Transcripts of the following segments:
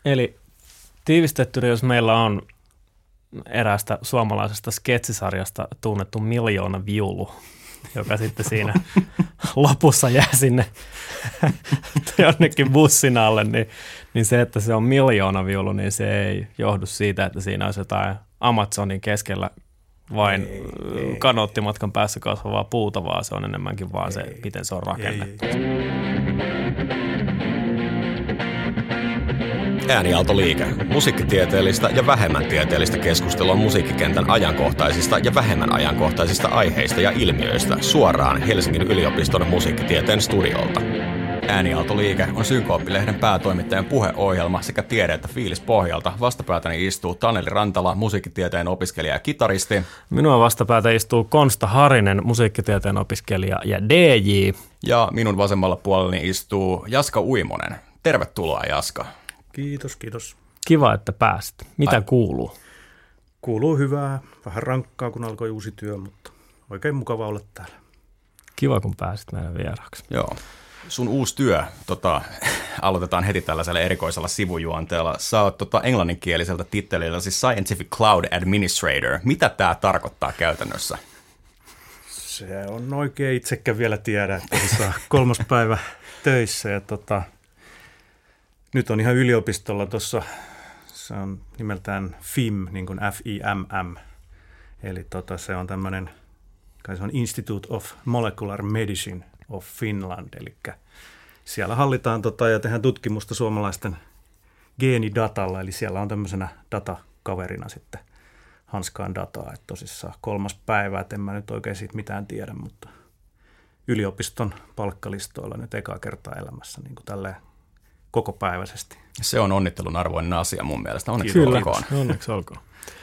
Eli tiivistettynä, jos meillä on eräästä suomalaisesta sketsisarjasta tunnettu Miljoona viulu, joka sitten siinä lopussa jää sinne jonnekin bussin alle, niin se, että se on Miljoona viulu, niin se ei johdu siitä, että siinä olisi jotain Amazonin keskellä vain kanoottimatkan päässä kasvavaa puuta, vaan se on enemmänkin vaan se, miten se on rakennettu. Ääniaaltoliike. Musiikkitieteellistä ja vähemmän tieteellistä keskustelua musiikkikentän ajankohtaisista ja vähemmän ajankohtaisista aiheista ja ilmiöistä suoraan Helsingin yliopiston musiikkitieteen studiolta. Ääniaaltoliike on Synkooppilehden päätoimittajan puheohjelma sekä tiede- että fiilispohjalta. Vastapäätäni istuu Taneli Rantala, musiikkitieteen opiskelija ja kitaristi. Minua vastapäätä istuu Konsta Harinen, musiikkitieteen opiskelija ja DJ. Ja minun vasemmalla puolellani istuu Jaska Uimonen. Tervetuloa, Jaska. Kiitos, kiitos. Kiva, että pääsit. Mitä kuuluu? Kuuluu hyvää. Vähän rankkaa, kun alkoi uusi työ, mutta oikein mukava olla täällä. Kiva, kun pääsit meidän vieraaksi. Joo. Sun uusi työ, aloitetaan heti tällaisella erikoisella sivujuonteella. Sä oot englanninkieliseltä tittelillä siis Scientific Cloud Administrator. Mitä tämä tarkoittaa käytännössä? Se on oikein itsekään vielä tiedä, että se on 3. päivä töissä ja nyt on ihan yliopistolla tuossa, se on nimeltään FIM, niin kuin FIMM, eli se on tämmöinen, se on Institute of Molecular Medicine of Finland, eli siellä hallitaan ja tehdään tutkimusta suomalaisten geenidatalla, eli siellä on tämmöisenä datakaverina sitten hanskaan dataa, että tosissaan 3. päivä, että en mä nyt oikein siitä mitään tiedä, mutta yliopiston palkkalistoilla nyt ekaa kertaa elämässä niin kuin tälleen kokopäiväisesti. Se on onnittelun arvoinen asia mun mielestä. Onneksi olkoon. Onneksi olkoon.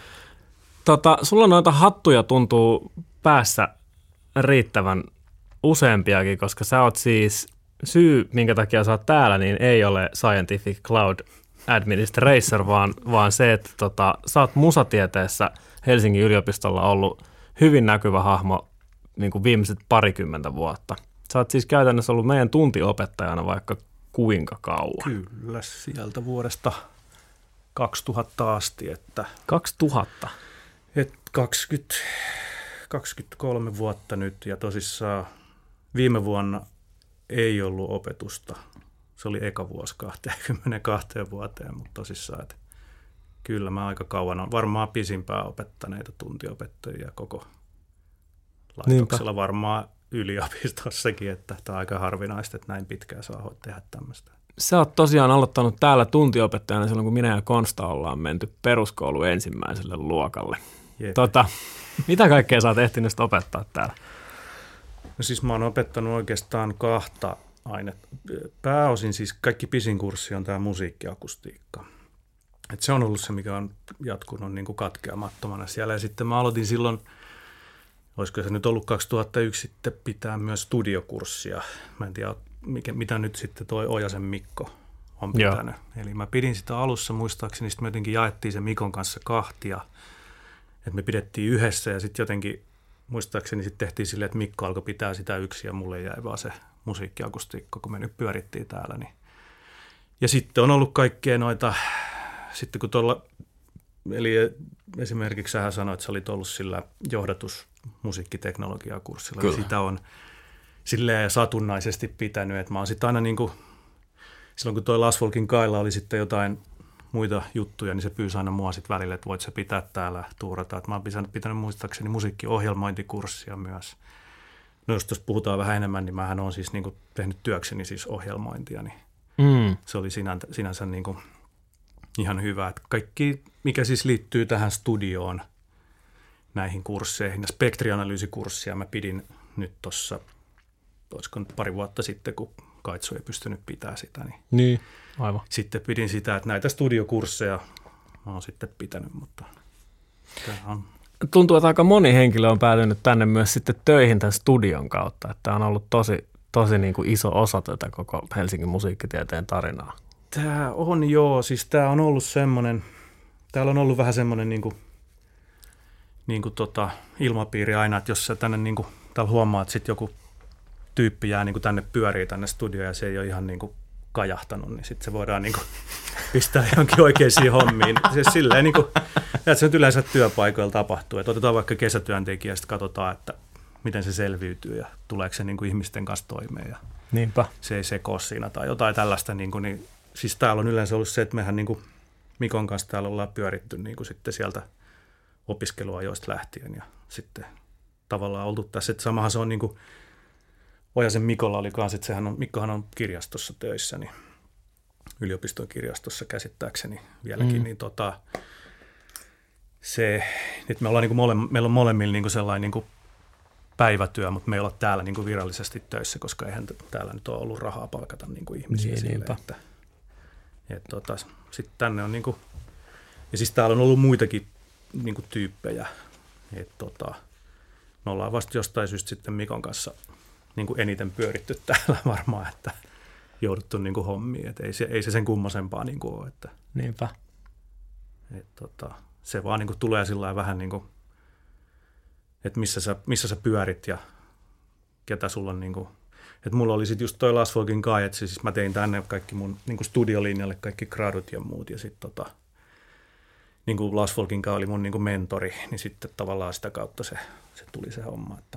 Sulla noita hattuja tuntuu päässä riittävän useampiakin, koska sä oot siis, syy minkä takia sä oot täällä, niin ei ole Scientific Cloud Administrator, vaan se, että sä oot musatieteessä Helsingin yliopistolla ollut hyvin näkyvä hahmo niin kuin viimeiset 20 vuotta. Sä oot siis käytännössä ollut meidän tuntiopettajana vaikka kuinka kauan? Kyllä, sieltä vuodesta 2000 asti. 2000? 23 vuotta nyt ja tosissaan viime vuonna ei ollut opetusta. Se oli eka vuosi 22 vuoteen, mutta tosissaan, että kyllä mä aika kauan on varmaan pisimpään opettaneita tuntiopettajia koko laitoksella. Niinpä. Varmaan yliopistossakin, että tämä on aika harvinaista, että näin pitkään saa tehdä tämmöistä. Sä oot tosiaan aloittanut täällä tuntiopettajana silloin, kun minä ja Konsta ollaan menty peruskoulun ensimmäiselle luokalle. Mitä kaikkea sä oot ehtinyt opettaa täällä? No siis mä oon opettanut oikeastaan 2 ainetta. Pääosin siis kaikki pisin kurssi on tämä musiikkiakustiikka. Et se on ollut se, mikä on jatkunut niin kuin katkeamattomana siellä. Ja sitten mä aloitin silloin, olisiko se nyt ollut 2001 sitten pitää myös studiokurssia. Mä en tiedä, mitä nyt sitten toi Ojasen Mikko on pitänyt. Joo. Eli mä pidin sitä alussa muistaakseni, sitten me jotenkin jaettiin se Mikon kanssa 2, että me pidettiin yhdessä ja sitten jotenkin muistaakseni sitten tehtiin silleen, että Mikko alkoi pitää sitä yksin ja mulle jäi vaan se musiikkiakustiikka, kun me nyt pyörittiin täällä. Niin. Ja sitten on ollut kaikkea noita, sitten kun tuolla, eli esimerkiksi sähän sanoit, että sä olit ollut sillä johdatusmusiikkiteknologiakurssilla, niin sitä on silleen satunnaisesti pitänyt, että mä oon sitten aina niin kuin, silloin kun toi Lasvolkin Kailla oli sitten jotain muita juttuja, niin se pyysi aina mua sitten välillä, että voit sä pitää täällä tuurata. Että mä oon pitänyt muistaakseni musiikkiohjelmointikurssia myös. No jos tuossa puhutaan vähän enemmän, niin mähän oon siis niin kuin tehnyt työkseni siis ohjelmointia, niin se oli sinänsä niin kuin ihan hyvä. Että kaikki, mikä siis liittyy tähän studioon, näihin kursseihin, ja spektrianalyyssikurssia mä pidin nyt tuossa, olisiko nyt 2 vuotta sitten, kun Kaitsu ei pystynyt pitämään sitä, niin aivan. Sitten pidin sitä, että näitä studiokursseja mä oon sitten pitänyt, mutta tämä on. Tuntuu, että aika moni henkilö on päätynyt tänne myös sitten töihin tämän studion kautta, että tämä on ollut tosi niin kuin iso osa tätä koko Helsingin musiikkitieteen tarinaa. Tämä on siis tämä on ollut semmoinen, täällä on ollut vähän semmoinen niin kuin ilmapiiri aina, että jos sä tänne niin kuin, täällä huomaa, että sitten joku tyyppi jää niin kuin tänne pyörii tänne studioon ja se ei ole ihan niin kuin kajahtanut, niin sitten se voidaan niin kuin pistää johonkin oikeisiin hommiin. Siis silleen niin kuin, että se nyt yleensä työpaikoilla tapahtuu. Että otetaan vaikka kesätyöntekijä ja sitten katsotaan, että miten se selviytyy ja tuleeko se niin kuin ihmisten kanssa toimeen. Ja Niinpä. se ei sekoo siinä tai jotain tällaista. Niin siis täällä on yleensä ollut se, että mehän niin kuin Mikon kanssa täällä ollaan pyöritty niin kuin sitten sieltä opiskeluajoista lähtien ja sitten tavallaan oltu tässä. Että samahan se on niin kuin Ojasen Mikolla oli kanssa, että Mikkohan on kirjastossa töissä, niin yliopiston kirjastossa käsittääkseni vieläkin, niin se, että me ollaan niin kuin meillä on molemmilla niin kuin sellainen niin kuin päivätyö, mutta me ei olla täällä niin kuin virallisesti töissä, koska eihän täällä nyt ole ollut rahaa palkata niin kuin ihmisiä sille, että sitten tänne on niin kuin, ja siis täällä on ollut muitakin niin kuin tyyppejä, että me ollaan vasta jostain syystä sitten Mikon kanssa niin kuin eniten pyöritty täällä varmaan, että jouduttu niin kuin hommiin, että ei se sen kummosempaa niin kuin ole, että Niinpä. Se vaan niin kuin tulee sillä vähän niin kuin, että missä sä pyörit ja ketä sulla on niin kuin, että mulla oli sitten just toi Last Walking Guy, että siis mä tein tänne kaikki mun niin kuin studiolinjalle kaikki gradut ja muut ja sitten niin kuin Last Walking Guy oli mun niin kuin mentori, niin sitten tavallaan sitä kautta se tuli se homma, että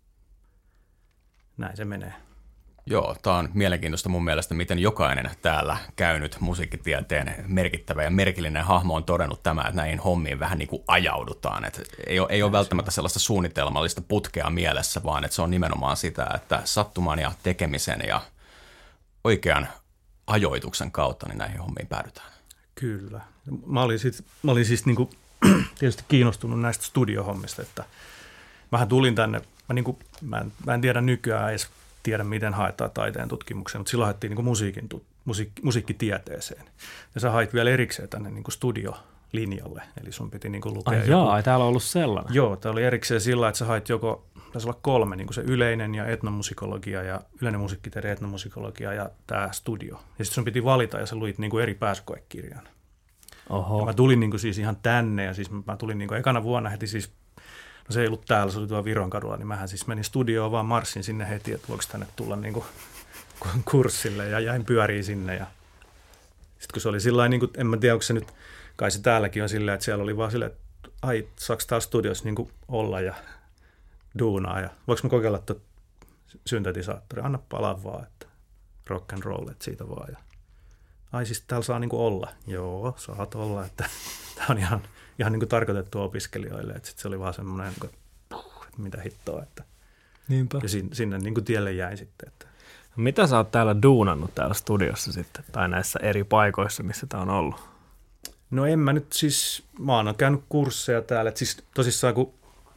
näin se menee. Joo, tämä on mielenkiintoista mun mielestä, miten jokainen täällä käynyt musiikkitieteen merkittävä ja merkillinen hahmo on todennut tämä, että näihin hommiin vähän niin kuin ajaudutaan. Että ei ole välttämättä sellaista suunnitelmallista putkea mielessä, vaan että se on nimenomaan sitä, että sattuman ja tekemisen ja oikean ajoituksen kautta niin näihin hommiin päädytään. Kyllä. Mä olin siis niin kuin tietysti kiinnostunut näistä studiohommista, että mähän tulin tänne, mä en tiedä nykyään edes tiedä, miten haetaan taiteen tutkimukseen, mutta silloin haettiin niin kuin musiikkitieteeseen. Ja sä hait vielä erikseen tänne niin kuin studiolinjalle, eli sun piti niin kuin lukea. Täällä on ollut sellainen. Joo, tää oli erikseen sillä, että sä hait taisi olla 3, niin kuin se yleinen ja etnomusikologia ja yleinen musiikkitiede, etnomusikologia ja tämä studio. Ja sitten sun piti valita ja sä luit niin kuin eri pääsykoekirjan. Oho. Ja mä tulin niin kuin siis ihan tänne ja siis mä tulin niin kuin ekana vuonna heti siis. No se ei ollut täällä, se oli tuolla Viron kadulla, niin mähän siis menin studioon, vaan marssin sinne heti, että voiko tänne tulla niin kuin kurssille ja jäin pyöriin sinne. Ja sitten kun se oli sillä niin kuin, en mä tiedä, onko se nyt, kai se täälläkin on silleen, että siellä oli vaan silleen, että ai, saako täällä studiossa niin kuin olla ja duunaa ja voiko mä kokeilla tuota syntetisaattori, anna palaa vaan, että rock and roll, että siitä vaan. Ja, ai siis täällä saa niin kuin olla, joo, saat olla, että tämä on ihan niin kuin tarkoitettu opiskelijoille, että sit se oli vaan semmoinen, että mitä hittoa, että Niinpä. ja sinne niin kuin tielle jäin sitten. Että. Mitä sä oot täällä duunannut täällä studiossa sitten, tai näissä eri paikoissa, missä tää on ollut? No en mä nyt siis, mä oon käynyt kursseja täällä, että siis tosissaan kun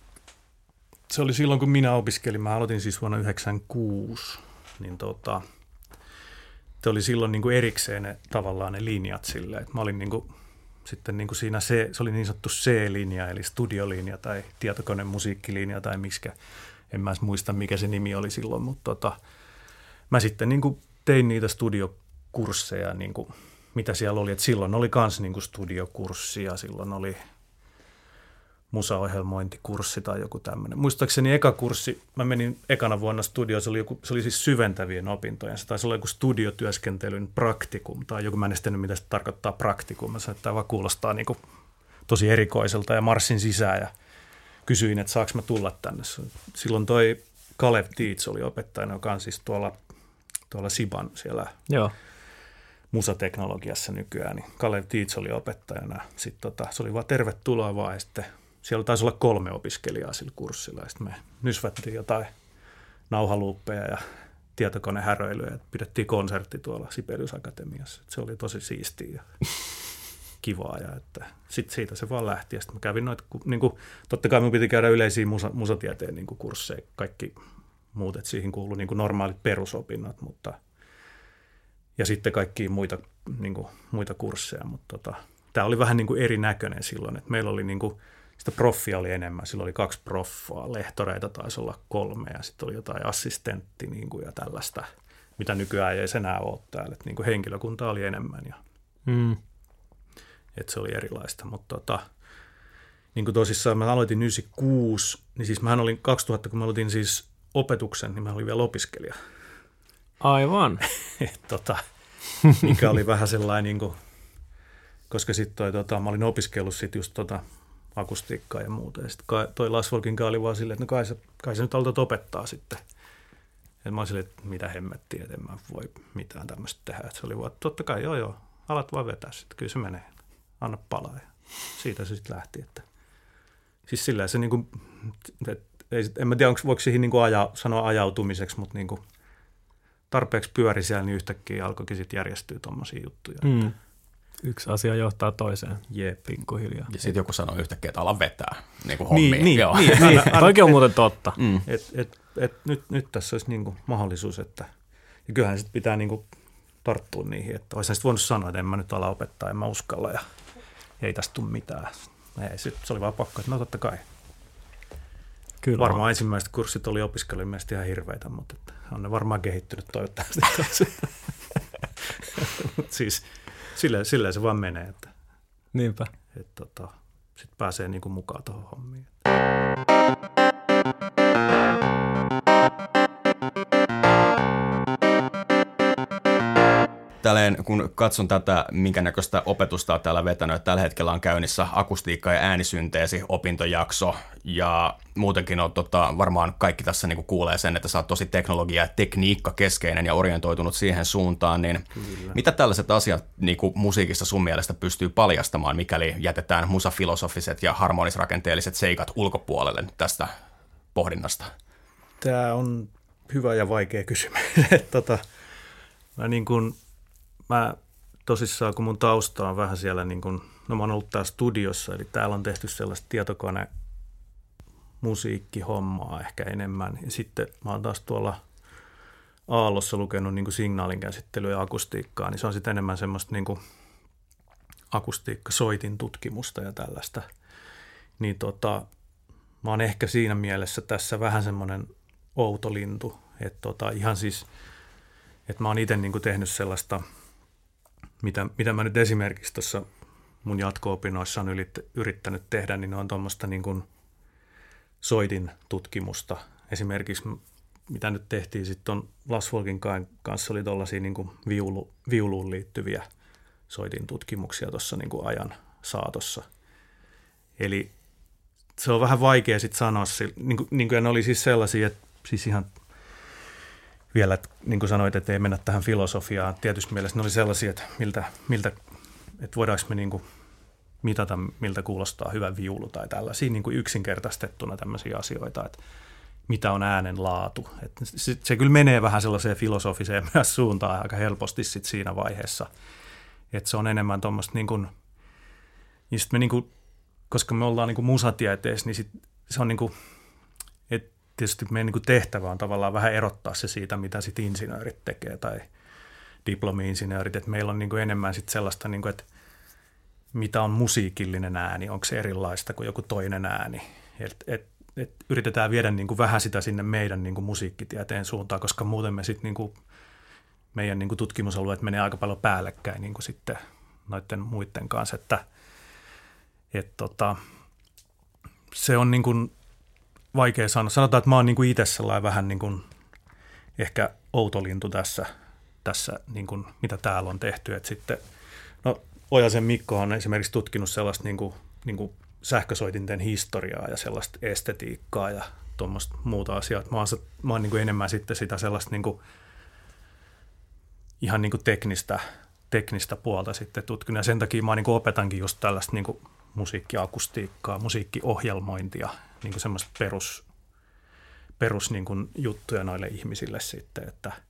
se oli silloin, kun minä opiskelin, mä aloitin siis vuonna 1996, niin se oli silloin niin kuin erikseen tavallaan ne linjat silleen, että mä olin niin kuin sitten niin kuin siinä se oli niin sanottu C-linja, eli studiolinja tai tietokonemusiikkilinja tai miksikä. En mä muista, mikä se nimi oli silloin, mutta mä sitten niin kuin tein niitä studiokursseja, niin kuin, mitä siellä oli. Et silloin oli myös niin kuin studiokurssi ja silloin oli musaohjelmointikurssi tai joku tämmöinen. Muistaakseni eka kurssi, mä menin ekana vuonna studioon, se oli siis syventävien opintojen. Se taisi olla joku studiotyöskentelyn praktikum tai joku, mä en edes tiennyt, mitä se tarkoittaa praktikum. Mä sanoin, että tämä vaan kuulostaa niin kuin tosi erikoiselta ja marssin sisään ja kysyin, että saanko mä tulla tänne. Silloin toi Kalev Dietz oli opettajana, joka on siis tuolla Siban siellä musateknologiassa nykyään. Niin Kalev Dietz oli opettajana. Sitten se oli vaan tervetuloa vaan ja sitten siellä taisi olla 3 opiskelijaa sillä kurssilla ja sitten me nysvättiin jotain nauhaluuppeja ja tietokonehäröilyä ja pidettiin konsertti tuolla Sibelius Akatemiassa. Se oli tosi siistiä ja kivaa ja että sitten siitä se vaan lähti ja sitten mä kävin noita, niin kuin, totta kai mun piti käydä yleisiä musatieteen niin kuin kursseja, kaikki muut, että siihen kuului niin kuin normaalit perusopinnot, mutta ja sitten kaikkia muita kursseja, mutta tämä oli vähän niin kuin erinäköinen silloin, että meillä oli niin kuin sitä proffia oli enemmän. Silloin oli 2 proffaa, lehtoreita taisi olla 3 ja sitten oli jotain assistentti niin kuin, ja tällaista, mitä nykyään ei enää ole täällä. Että, niin kuin henkilökunta oli enemmän ja että se oli erilaista. Mutta niin kuin tosissaan mä aloitin 96, niin siis mähän olin 2000, kun mä aloitin siis opetuksen, niin mä olin vielä opiskelija. Aivan. Mikä oli vähän sellainen niin kuin koska sitten mä olin opiskellut sitten just akustiikkaa ja muuta. Ja sitten toi Lars Volkinkaan oli vaan silleen, että no kai sä nyt aloitat opettaa sitten. Ja mä olin silleen, että mitä hemmettiä, että en mä voi mitään tämmöistä tehdä. Et se oli vaan, että totta kai joo, alat vaan vetää sitten, kyllä se menee, anna palaa. Ja siitä se sitten lähti. Että. Siis silleen se niinku, en mä tiedä, voiko siihen niinku sanoa ajautumiseksi, mutta niinku tarpeeksi pyöri siellä, niin yhtäkkiä alkoikin sitten järjestyä tommosia juttuja. Yksi asia johtaa toiseen. Jep. Pikkuhiljaa. Ja sitten joku sanoo yhtäkkiä, että ala vetää niin kuin hommia. Niin. Toikin on muuten totta. Nyt tässä olisi niinku mahdollisuus, että ja kyllähän sitten pitää niinku tarttua niihin, että olisin sitten voinut sanoa, että en mä nyt ala opettaa, en mä uskalla ja ei tästä tule mitään. Se oli vaan pakko, että no totta kai. Kyllä. Varmaan ensimmäiset kurssit oli opiskelijoiden mielestä ihan hirveitä, mutta on ne varmaan kehittynyt toivottavasti. Mutta siis silleen se vaan menee, että Niinpä. sitten pääsee niinku mukaan tuohon hommiin. Tälleen, kun katson tätä, minkä näköistä opetusta on täällä vetänyt, tällä hetkellä on käynnissä akustiikka- ja äänisynteesi opintojakso, ja muutenkin on varmaan kaikki tässä niin kuin kuulee sen, että sä oot tosi teknologia- ja tekniikkakeskeinen ja orientoitunut siihen suuntaan, niin kyllä. Mitä tällaiset asiat niin kuin musiikissa sun mielestä pystyy paljastamaan, mikäli jätetään musafilosofiset ja harmonisrakenteelliset seikat ulkopuolelle tästä pohdinnasta? Tämä on hyvä ja vaikea kysymys. Mä tosissaan, kun mun tausta on vähän siellä, niin kun, no mä oon ollut täällä studiossa, eli täällä on tehty sellaista tietokonemusiikkihommaa ehkä enemmän. Ja sitten mä oon taas tuolla Aallossa lukenut niin kuin signaalin käsittelyä ja akustiikkaa, niin se on sitten enemmän semmoista niin kuin akustiikkasoitin tutkimusta ja tällaista. Niin mä oon ehkä siinä mielessä tässä vähän semmoinen outo lintu, että ihan siis, että mä oon itse niin kuin tehnyt sellaista, mitä mä nyt esimerkiksi tuossa mun jatko-opinnoissa on yrittänyt tehdä, niin ne on tuommoista niin kuin soitin tutkimusta. Esimerkiksi mitä nyt tehtiin sitten on Lars Volkinkaan kanssa oli tuollaisia niin kuin viuluun liittyviä soitin tutkimuksia tuossa niin kuin ajan saatossa. Eli se on vähän vaikea sitten sanoa, niin kuin ne oli siis sellaisia, että siis ihan vielä, että niin kuin sanoit, että ei mennä tähän filosofiaan. Tietysti mielessä ne oli sellaisia, että että voidaanko me niin kuin mitata, miltä kuulostaa hyvä viulu tai tällaisia niin kuin yksinkertaistettuna tämmöisiä asioita, että mitä on äänen laatu. Että se kyllä menee vähän sellaiseen filosofiseen myös suuntaan aika helposti sit siinä vaiheessa, että se on enemmän tuommoista niin kuin, ja sitten me niin kuin, koska me ollaan niin kuin musatieteessä, niin sit se on niin kuin, että tietysti meidän niin kuin tehtävä on tavallaan vähän erottaa se siitä, mitä sitten insinöörit tekee tai diplomi-insinöörit, että meillä on niin kuin enemmän sit sellaista, niin kuin, että mitä on musiikillinen ääni, onko se erilaista kuin joku toinen ääni. Et yritetään viedä niin kuin vähän sitä sinne meidän niin kuin musiikkitieteen suuntaan, koska muuten me sitten niin kuin meidän niin kuin tutkimusalueet menee aika paljon päällekkäin niin kuin sitten noiden muiden kanssa, että se on niin kuin vaikea sanoa. Sanotaan, että mä oon niin kuin itse sellainen vähän niin kuin ehkä outolintu tässä niin kuin, mitä täällä on tehty. Että sitten, no Ojasen Mikko on esimerkiksi tutkinut sellaista niin kuin sähkösoitinten historiaa ja sellaista estetiikkaa ja tuommoista muuta asiaa. Mä oon niin kuin enemmän sitten sitä sellaista niin kuin, ihan niin kuin teknistä puolta sitten tutkinut. Ja sen takia mä niin kuin opetankin just tällaista niin kuin musiikkiakustiikkaa, musiikkiohjelmointia, niin kuin semmoista perus niin kuin juttuja noille ihmisille sitten,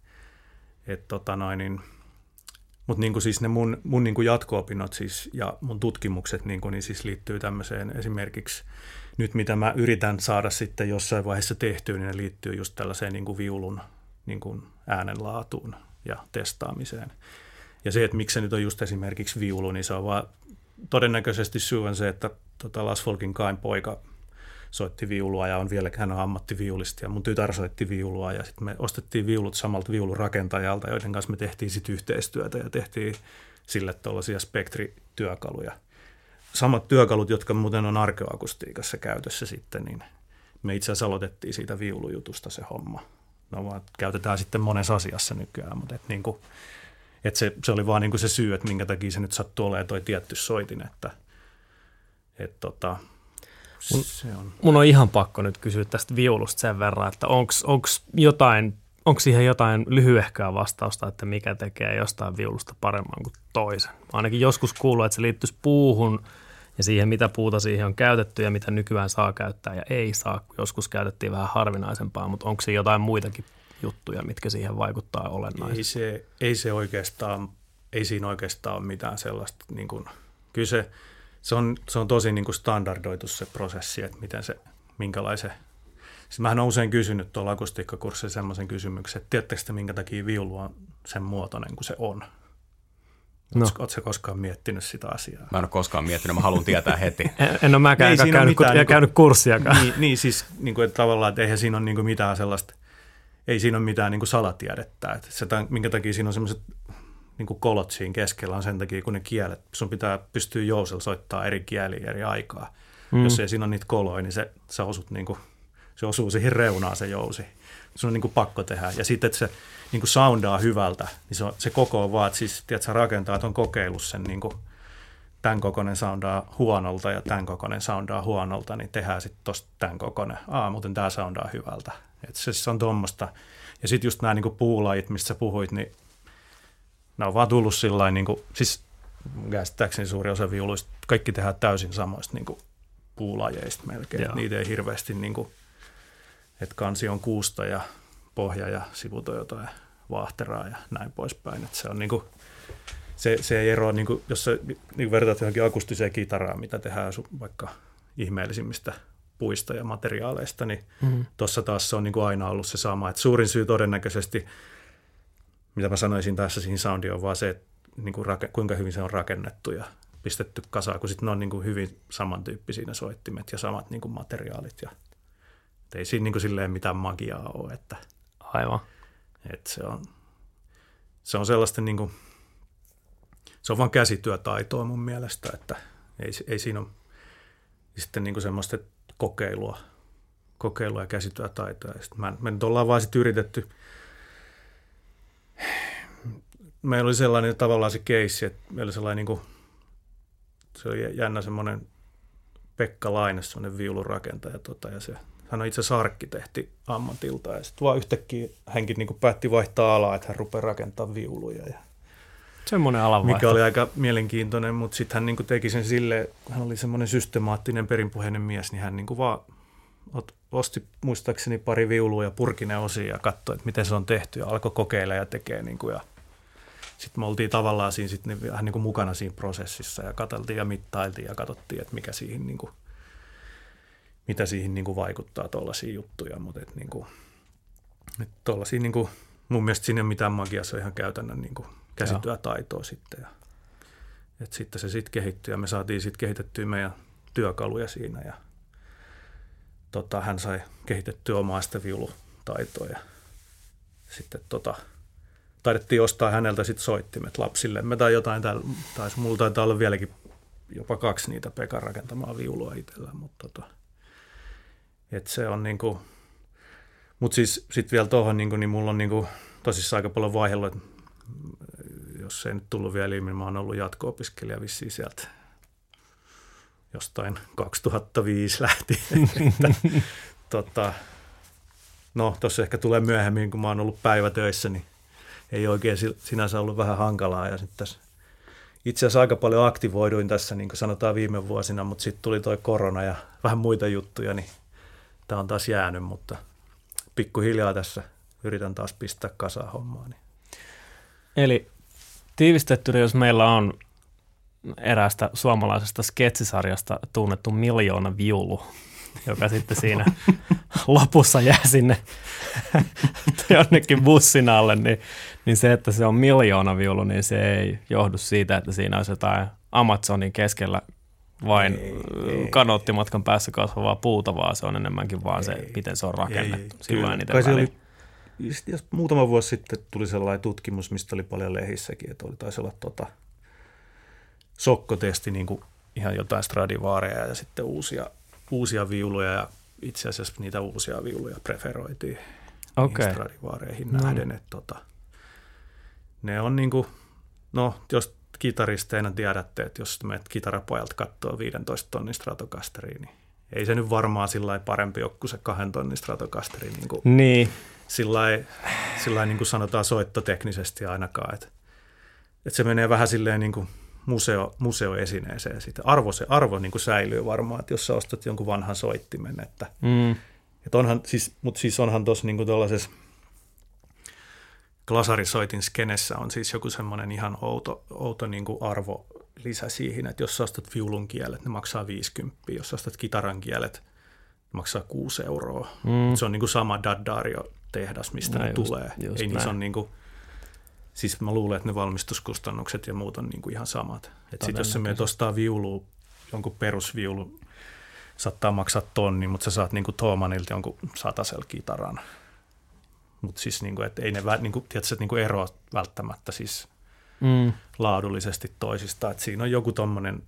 mutta niin kuin siis ne mun niin kuin jatko-opinnot siis, ja mun tutkimukset niin siis liittyy tämmöiseen esimerkiksi nyt mitä mä yritän saada sitten jossain vaiheessa tehtyä, niin ne liittyy just tällaiseen niin kuin viulun niin kuin äänenlaatuun ja testaamiseen. Ja se, että miksi se nyt on just esimerkiksi viulu, niin se on vaan todennäköisesti syy on se, että Lars Volkinkaan poika soitti viulua ja hän on ammattiviulisti ja mun tytär soitti viulua ja sitten me ostettiin viulut samalta viulurakentajalta, joiden kanssa me tehtiin sitten yhteistyötä ja tehtiin sille tuollaisia spektrityökaluja. Samat työkalut, jotka muuten on arkeoakustiikassa käytössä sitten, niin me itse asiassa aloitettiin siitä viulujutusta se homma. No vaan käytetään sitten monessa asiassa nykyään, mutta Että se oli vaan niin kuin se syy, että minkä takia se nyt sattuu olemaan toi tietty soitin, Mun on ihan pakko nyt kysyä tästä viulusta sen verran, että onko siihen jotain lyhyehköä vastausta, että mikä tekee jostain viulusta paremman kuin toisen. Mä ainakin joskus kuullut, että se liittyisi puuhun ja siihen, mitä puuta siihen on käytetty ja mitä nykyään saa käyttää ja ei saa. Joskus käytettiin vähän harvinaisempaa, mutta onko se jotain muitakin juttuja, mitkä siihen vaikuttaa olennaisesti? Ei siinä oikeastaan ole mitään sellaista. Niin kuin, kyllä se on tosi niin kuin standardoitu se prosessi, että minkälaisen. Siis mähän olen usein kysynyt tuolla akustiikkakurssilla semmoisen kysymyksen, että tiedättekö te, minkä takia viulu on sen muotoinen kuin se on? No. Oletko koskaan miettinyt sitä asiaa? Mä en ole koskaan miettinyt, mä haluan tietää heti. En ole mäkään käynyt kurssiakaan. Niin siis niin kuin, että tavallaan, että eihän siinä ole niin kuin mitään sellaista, ei siinä ole mitään niin kuin salatiedettä. Että minkä takia siinä on sellaiset niin kuin kolot siinä keskellä on sen takia, kun ne kielet, sun pitää pystyä jousella soittaa eri kieliä eri aikaa. Jos ei siinä ole niitä koloja, niin sä osut niin kuin, se osuu siihen reunaan se jousi. Se on niin kuin pakko tehdä. Ja sitten, että se niin kuin soundaa hyvältä, niin se koko vaan, että siis tiedätkö, rakentajat on kokeillut sen, niin kuin, tämän kokoinen soundaa huonolta ja tämän kokoinen soundaa huonolta, niin tehdään sitten tosta tämän kokoinen. Muuten tämä soundaa hyvältä. Että se on tuommoista. Ja sitten just nämä niin kuin puulajit, mistä sä puhuit, niin nämä on vaan tullut sillain, niin kuin, siis käsittääkseni suuri osa viuluista, kaikki tehdään täysin samoista niin kuin puulajeista melkein. Niitä ei hirveästi, niin kuin, että kansi on kuusta ja pohja ja sivut on jotain vaahteraa ja näin poispäin. Että se on niin kuin, se ei eroa, niin kuin, jos sä niin vertaat johonkin akustiseen kitaraan, mitä tehdään vaikka ihmeellisimmistä puista ja materiaaleista, niin tuossa taas se on niin kuin aina ollut se sama. Että suurin syy todennäköisesti, mitä mä sanoisin tässä siihen soundiin, on vaan se, että niin kuin kuinka hyvin se on rakennettu ja pistetty kasaan, kun sitten ne on niin kuin hyvin samantyyppisiä ne soittimet ja samat niin kuin materiaalit. Ja ei siinä niin kuin silleen mitään magiaa ole. Että, aivan. Että se on sellaista, niin kuin, se on vaan käsityötaitoa mun mielestä, että ei siinä ole sitten niin kuin semmoista kokeilua ja käsityötaitoa. Ja me nyt ollaan vaan sitten yritetty. Meillä oli sellainen tavallaan se keissi, että meillä oli sellainen, niin kuin, se oli jännä semmoinen Pekka Laine, semmoinen viulunrakentaja, ja hän on itse asiassa arkkitehti ammatilta, ja sitten vaan yhtäkkiä hänkin niin kuin päätti vaihtaa alaa, että hän rupeaa rakentamaan viuluja. Semmoinen alanvaihto. Mikä oli aika mielenkiintoinen, mutta sitten hän niin kuin teki sen silleen, hän oli semmoinen systemaattinen perinpohjainen mies, niin hän niin kuin vaan osti muistaakseni pari viulua ja purki ne osia ja katsoi, että miten se on tehty ja alkoi kokeilla ja tekee. Niin kuin, ja sitten me oltiin tavallaan siinä sitten vähän niin kuin mukana siinä prosessissa ja katseltiin ja mittailtiin ja katsottiin, että mikä siihen, niin kuin, mitä siihen niin kuin vaikuttaa tuollaisia juttuja. Mutta niin kuin, tuollaisia, niin kuin, mun mielestä siinä ei ole mitään magiaa, se on ihan käytännön niin kuin käsityötaitoa sitten. Ja, että sitten se sitten kehittyi ja me saatiin sitten kehitettyä meidän työkaluja siinä ja hän sai kehitettyä omaa sitä viulutaitoa ja sitten taidettiin ostaa häneltä sitten soittimet lapsillemme tai jotain. Mulla taitaa olla vieläkin jopa 2 niitä Pekan rakentamaa viulua itsellä, mutta et se on niinku, mutta siis sitten vielä tuohon niinku, niin mulla on niinku tosissaan aika paljon vaihdellut, että jos ei nyt tullut vielä ilmi, niin mä oon ollut jatko-opiskelija vissiin sieltä jostain 2005 lähtien. No, tuossa ehkä tulee myöhemmin, kun mä oon ollut päivätöissä, niin ei oikein sinänsä ollut vähän hankalaa. Ja sitten tässä itse asiassa aika paljon aktivoiduin tässä, niin kuin sanotaan viime vuosina, mutta sitten tuli toi korona ja vähän muita juttuja, niin tämä on taas jäänyt, mutta pikkuhiljaa tässä yritän taas pistää kasaan hommaa. Niin. Eli tiivistettynä, jos meillä on eräästä suomalaisesta sketsisarjasta tunnettu Miljoona viulu, joka sitten siinä lopussa jää sinne jonnekin bussin alle, niin se, että se on miljoona viulu, niin se ei johdu siitä, että siinä olisi jotain Amazonin keskellä vain kanoottimatkan päässä kasvavaa puuta, vaan se on enemmänkin vaan se, miten se on rakennettu. Jos muutama vuosi sitten tuli sellainen tutkimus, mistä oli paljon lehissäkin, että taisi olla sokkotesti, niin kuin ihan jotain Stradivariaja ja sitten uusia viuluja, ja itse asiassa niitä uusia viuluja preferoitiin Stradivareihin nähden. Että ne on niin kuin, no jos kitaristeina tiedätte, että jos menet kitarapojalta katsoo 15 tonnin Stratocasteriin, niin ei se nyt varmaan sillä lailla parempi ole kuin se 2 tonnin Stratocasteri. Niin. Sillä lailla niin kuin sanotaan soittoteknisesti ainakaan, että se menee vähän silleen niin kuin museoesineeseen. Arvo niin kuin säilyy varmaan, että jos sä ostat jonkun vanhan soittimen, että onhan, mutta siis onhan tuossa niin kuin tuollaisessa glasarisoitin skenessä on siis joku semmoinen ihan outo niin kuin arvo lisä siihen, että jos sä ostat viulun kielet, ne maksaa 50, jos sä ostat kitaran kielet, ne maksaa 6 euroa. Se on niin kuin sama Daddario-tehdas, mistä ne tulee. Ei niissä on niin kuin, siis mä luulen, että ne valmistuskustannukset ja muut on niin kuin ihan samat. Että sit jos sä menet ostaa viulua, jonkun perusviulu, saattaa maksaa tonni, mutta sä saat niin kuin Thomanilta jonkun satasella kitaran. Mutta siis niin kuin, että ei ne niin kuin, tiedätkö, niin kuin eroa välttämättä siis laadullisesti toisistaan. Että siinä on joku tommoinen,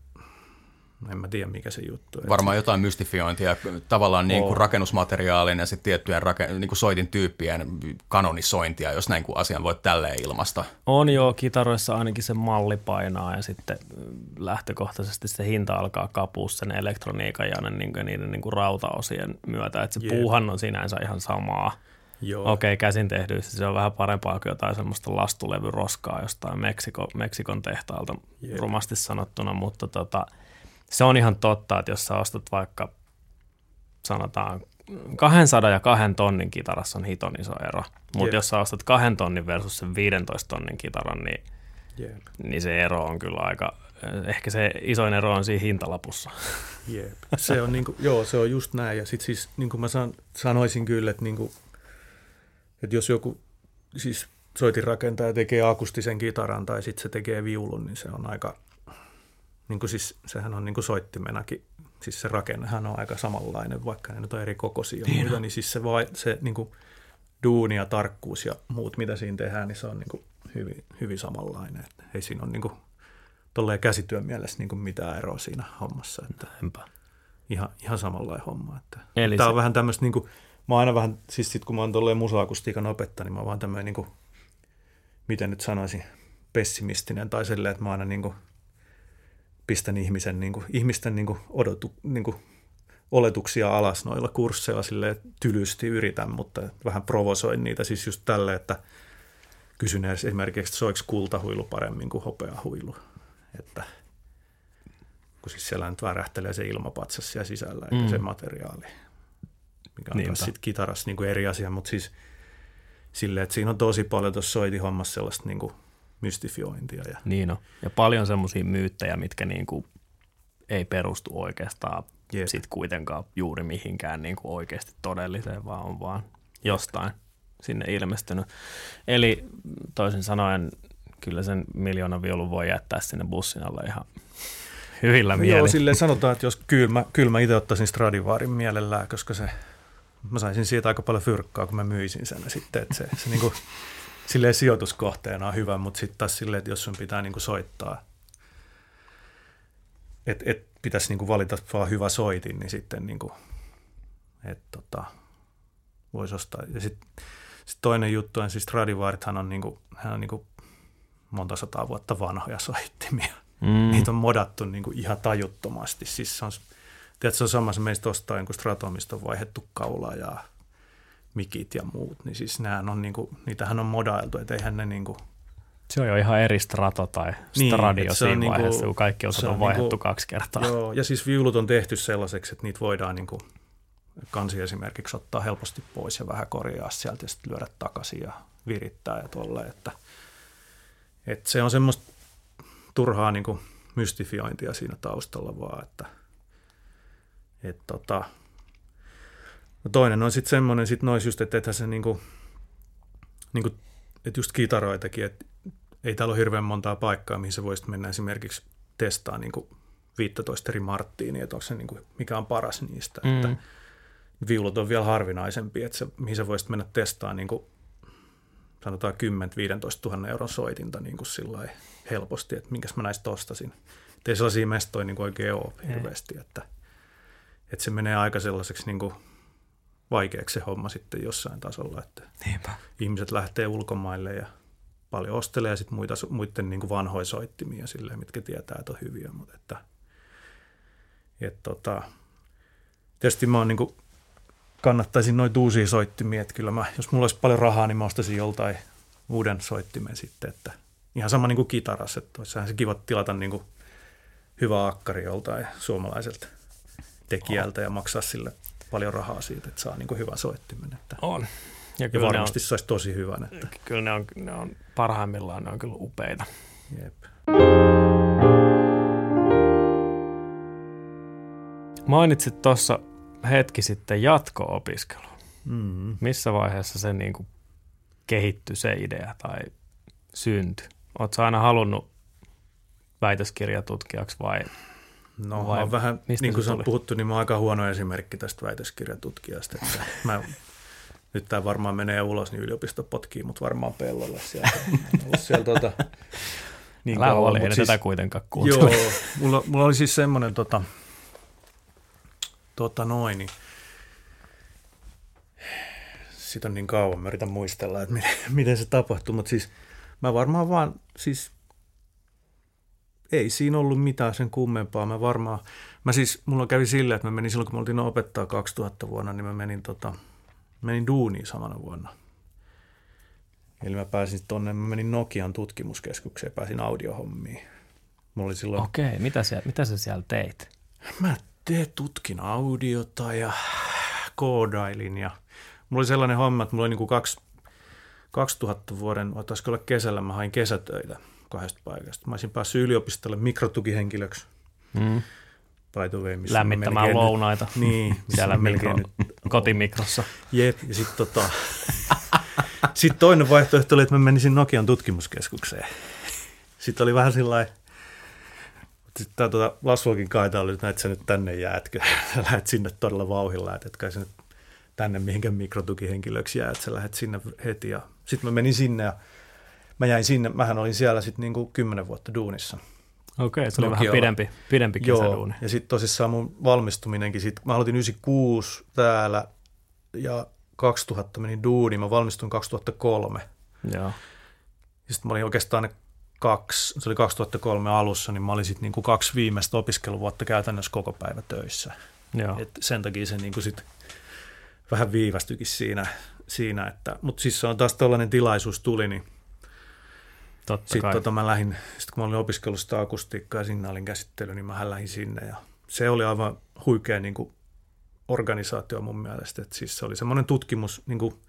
en mä tiedä mikä se juttu. Varmaan jotain mystifiointia, tavallaan niin kuin rakennusmateriaalin ja sitten tiettyjen niin kuin soitin tyyppien kanonisointia, jos näin kuin asian voi tälleen ilmaista. On jo, kitaroissa ainakin se malli painaa ja sitten lähtökohtaisesti se hinta alkaa kapua sen elektroniikan ja niiden niin kuin rautaosien myötä, että se puuhan on sinänsä ihan samaa. Okei, käsin tehdyissä se on vähän parempaa kuin jotain semmoista lastulevyroskaa jostain Meksikon tehtaalta rumasti sanottuna, mutta se on ihan totta, että jos sä ostat vaikka sanotaan 200 ja 2 tonnin kitarassa on hiton iso ero, mutta jos sä ostat 2 tonnin versus sen 15 tonnin kitaran, niin se ero on kyllä aika, ehkä se isoin ero on siinä hintalapussa. Se on niinku, se on just näin ja sitten siis niin kuin mä sanoisin kyllä, että niinku, että jos joku siis soitinrakentaja tekee akustisen kitaran tai sitten se tekee viulun, niin se on aika, niin kuin siis, sehän on niin kuin soittimenakin, siis se rakennehan on aika samanlainen, vaikka ne nyt on eri kokoisia ja muita, niin siis se niin kuin duuni ja tarkkuus ja muut, mitä siinä tehdään, niin se on niin kuin hyvin, hyvin samanlainen. Että ei siinä ole niin kuin tolleen käsityön mielessä niin kuin mitään eroa siinä hommassa. Että ihan samanlainen homma. Tämä on vähän tämmöistä niin kuin, mä oon aina vähän, siis sit kun mä oon tolleen musa-akustiikan opettaja, niin mä oon vaan tämmöinen, niin kuin, miten nyt sanoisin, pessimistinen tai silleen, että mä aina niin kuin pistän ihmisten niin kuin oletuksia alas noilla kursseilla silleen tylysti yritän, mutta vähän provosoin niitä siis just tälle, että kysyn esimerkiksi, että soiko kultahuilu paremmin kuin hopeahuilu, että kun siis siellä nyt värähtelee se ilmapatsas siellä sisällä eikä se materiaali. Mikä on sitten kitarassa niin kuin eri asia, mutta siis silleen, että siinä on tosi paljon tuossa soitihommassa sellaista niin kuin mystifiointia. Niin on. Ja paljon semmoisia myyttejä, mitkä niin kuin ei perustu oikeastaan sit kuitenkaan juuri mihinkään niin kuin oikeasti todelliseen, vaan on vaan jostain sinne ilmestynyt. Eli toisin sanoen kyllä sen 1 miljoonan viulun voi jättää sinne bussin alle ihan hyvillä mielin. Joo, silleen sanotaan, että jos kyllä mä itse ottaisin Stradivarin mielellään, koska mä saisin siitä aika paljon fyrkkaa, kun mä myisin sen. Ja sitten, että se niin kuin, silleen sijoituskohteena on hyvä, mutta sitten taas silleen, että jos sun pitää niin kuin soittaa, että pitäisi niin kuin valita vaan hyvä soitin, niin sitten niin kuin, voisi ostaa. Ja sitten toinen juttu on siis Stradivarithan on, niin kuin, hän on niin kuin monta 100 vuotta vanhoja soittimia. Niitä on modattu niin kuin ihan tajuttomasti. Siis se on samassa meistä ostaa jonkun Straton, mistä on vaihdettu kaula ja mikit ja muut. Niin siis niitähän on modailtu, että eihän ne niinku. Se on jo ihan eri Strato tai Stradio siinä vaiheessa, kun kaikki osat on vaihdettu 2 kertaa. Joo, ja siis viulut on tehty sellaiseksi, että niitä voidaan niinku kansi esimerkiksi ottaa helposti pois ja vähän korjaa sieltä ja sitten lyödä takaisin ja virittää ja tolleen. Että se on semmoista turhaa niinku mystifiointia siinä taustalla vaan, että no toinen on sitten semmoinen, sit nois just, että se niinku, että just kitaroitakin, että ei täällä ole hirveän montaa paikkaa, mihin sä voisit mennä esimerkiksi testaa niinku 15 eri Marttiinia, että onko se niinku, mikä on paras niistä. Että viulut on vielä harvinaisempia, että mihin sä voisit mennä testaa niinku, sanotaan 10-15 000 euron soitinta niinku sillai helposti, että minkäs mä näistä ostasin. Ei sellaisia mestoja niinku oikein ole hirveästi, että se menee aika sellaiseksi niinku vaikeaksi se homma sitten jossain tasolla, että ihmiset lähtee ulkomaille ja paljon ostelee ja sitten muiden niin kuin vanhoja soittimia silleen, mitkä tietää, että on hyviä. Mutta tietysti mä oon niin kuin, kannattaisin noita uusia soittimia, että kyllä jos mulla olisi paljon rahaa, niin mä ostaisin joltain uuden soittimen sitten, että ihan sama niin kuin kitaras, että olisihan se kiva tilata niin kuin hyvä akkari joltain suomalaiselta tekijältä ja maksaa sille paljon rahaa siitä, että saa niin kuin hyvän soittimen. Että On. Ja varmasti se olisi tosi hyvän. Että Kyllä ne on parhaimmillaan, ne on kyllä upeita. Jep. Mainitsit tuossa hetki sitten jatko-opiskelu. Missä vaiheessa se niin kuin kehittyi se idea tai syntyi? Oletko aina halunnut väitöskirjatutkijaksi vai? No mä oon vähän, niin kuin on puhuttu, niin mä oon aika huono esimerkki tästä väitöskirjatutkijasta. Että nyt tämä varmaan menee ulos, niin yliopisto potkii mut varmaan pellolle sieltä. Niin kauan ei siis, tätä kuitenkaan kuuntele. Joo, mulla oli siis semmoinen niin sitä on niin kauan, mä yritän muistella, että miten se tapahtui, mutta siis mä varmaan vaan, siis ei siinä ollut mitään sen kummempaa, mulla kävi silleen, että mä menin silloin, kun mä oltiin opettaa 2000 vuonna, niin mä menin duuniin samana vuonna. Eli mä menin Nokian tutkimuskeskukseen ja pääsin audiohommiin. Okei, mitä sä siellä teit? Mä tutkin audiota ja koodailin ja mulla oli sellainen homma, että mulla oli niin kuin 2000 vuoden, taisiko olla kesällä, mä hain kesätöitä 2 paikasta. Mä olisin päässyt yliopistolle mikrotukihenkilöksi. By the way, lämmittämään lounaita. Niin. Siellä kotimikrossa. Jep, ja sitten toinen vaihtoehto oli, että mä menisin Nokian tutkimuskeskukseen. Sitten oli vähän sillain, sitten tämä Lasvolkin kaita oli, että sä nyt tänne jäätkö. Sä lähdet sinne todella vauhilla, että kai sä nyt tänne mihinkään mikrotukihenkilöksi jää, että sä lähdet sinne heti. Sitten mä menin sinne ja mä jäin sinne. Mähän olin siellä sitten niin kuin 10 vuotta duunissa. Okei, se oli vähän pidempi kesäduuni. Ja sitten tosissaan mun valmistuminenkin, mä aloitin 96 täällä ja 2000 menin duuniin, mä valmistuin 2003. Joo. Ja sitten mä olin oikeastaan se oli 2003 alussa, niin mä olin sitten niinku 2 viimeistä opiskeluvuotta käytännössä koko päivä töissä. Joo. Et sen takia se niinku sit vähän viivästyikin siinä mutta siis se on taas tällainen tilaisuus tuli, niin sitten mä lähdin, kun mä olin opiskellut sitä akustiikkaa ja signaalin käsittely, niin mä lähdin sinne ja se oli aivan huikea niin kuin organisaatio mun mielestä, että siis se oli semmoinen tutkimus, niin kuin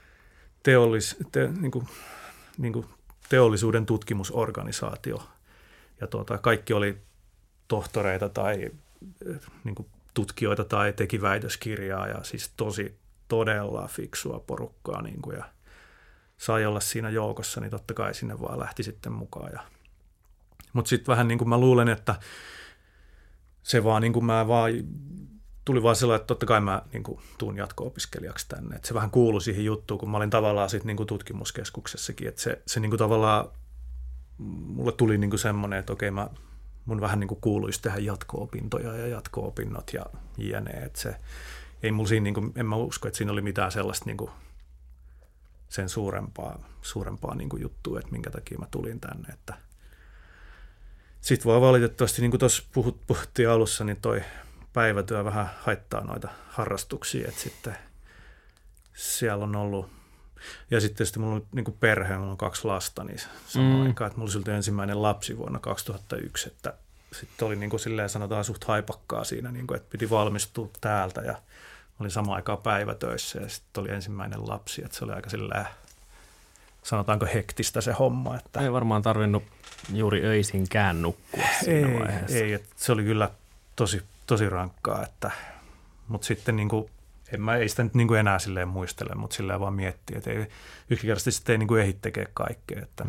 teollisuuden tutkimusorganisaatio ja kaikki oli tohtoreita tai niin kuin tutkijoita tai teki väitöskirjaa ja siis todella fiksua porukkaa niin kuin, ja sai olla siinä joukossa, niin totta kai sinne vaan lähti sitten mukaan. Mutta sitten vähän niin kuin mä luulen, että se vaan niin kuin tuli vaan sellainen, että totta kai mä niin kuin tuun jatko-opiskelijaksi tänne. Et se vähän kuului siihen juttuun, kun mä olin tavallaan sitten niin kuin tutkimuskeskuksessakin. Että se niin kuin tavallaan, mulle tuli niin kuin semmoinen, että okei, mun vähän niin kuin kuuluisi tehdä jatko-opintoja ja jatko-opinnot ja jne. Että se, ei mulla siinä, niin kuin, en mä usko, että siinä oli mitään sellaista niin kuin sen suurempaa niin kuin juttua, että minkä takia mä tulin tänne. Sitten vaan valitettavasti, niin kuin tuossa puhuttiin alussa, niin toi päivätyö vähän haittaa noita harrastuksia, että sitten siellä on ollut, ja sitten tietysti mulla on niin kuin perhe, mulla on 2 lasta, niin samaan aikaan, että mulla oli ensimmäinen lapsi vuonna 2001, että sitten oli niin kuin silleen sanotaan suht haipakkaa siinä, niin kuin, että piti valmistua täältä ja olin samaan aikaan päivätöissä ja sitten oli ensimmäinen lapsi, että se oli aika silleen, sanotaanko hektistä se homma. Että ei varmaan tarvinnut juuri öisinkään nukkua siinä vaiheessa. Ei, että se oli kyllä tosi rankkaa, mutta sitten niin kuin, ei sitä nyt niin kuin enää silleen muistele, mutta silleen vaan miettii, että yksinkertaisesti sitten ei niin kuin ehdi tekemään kaikkea, että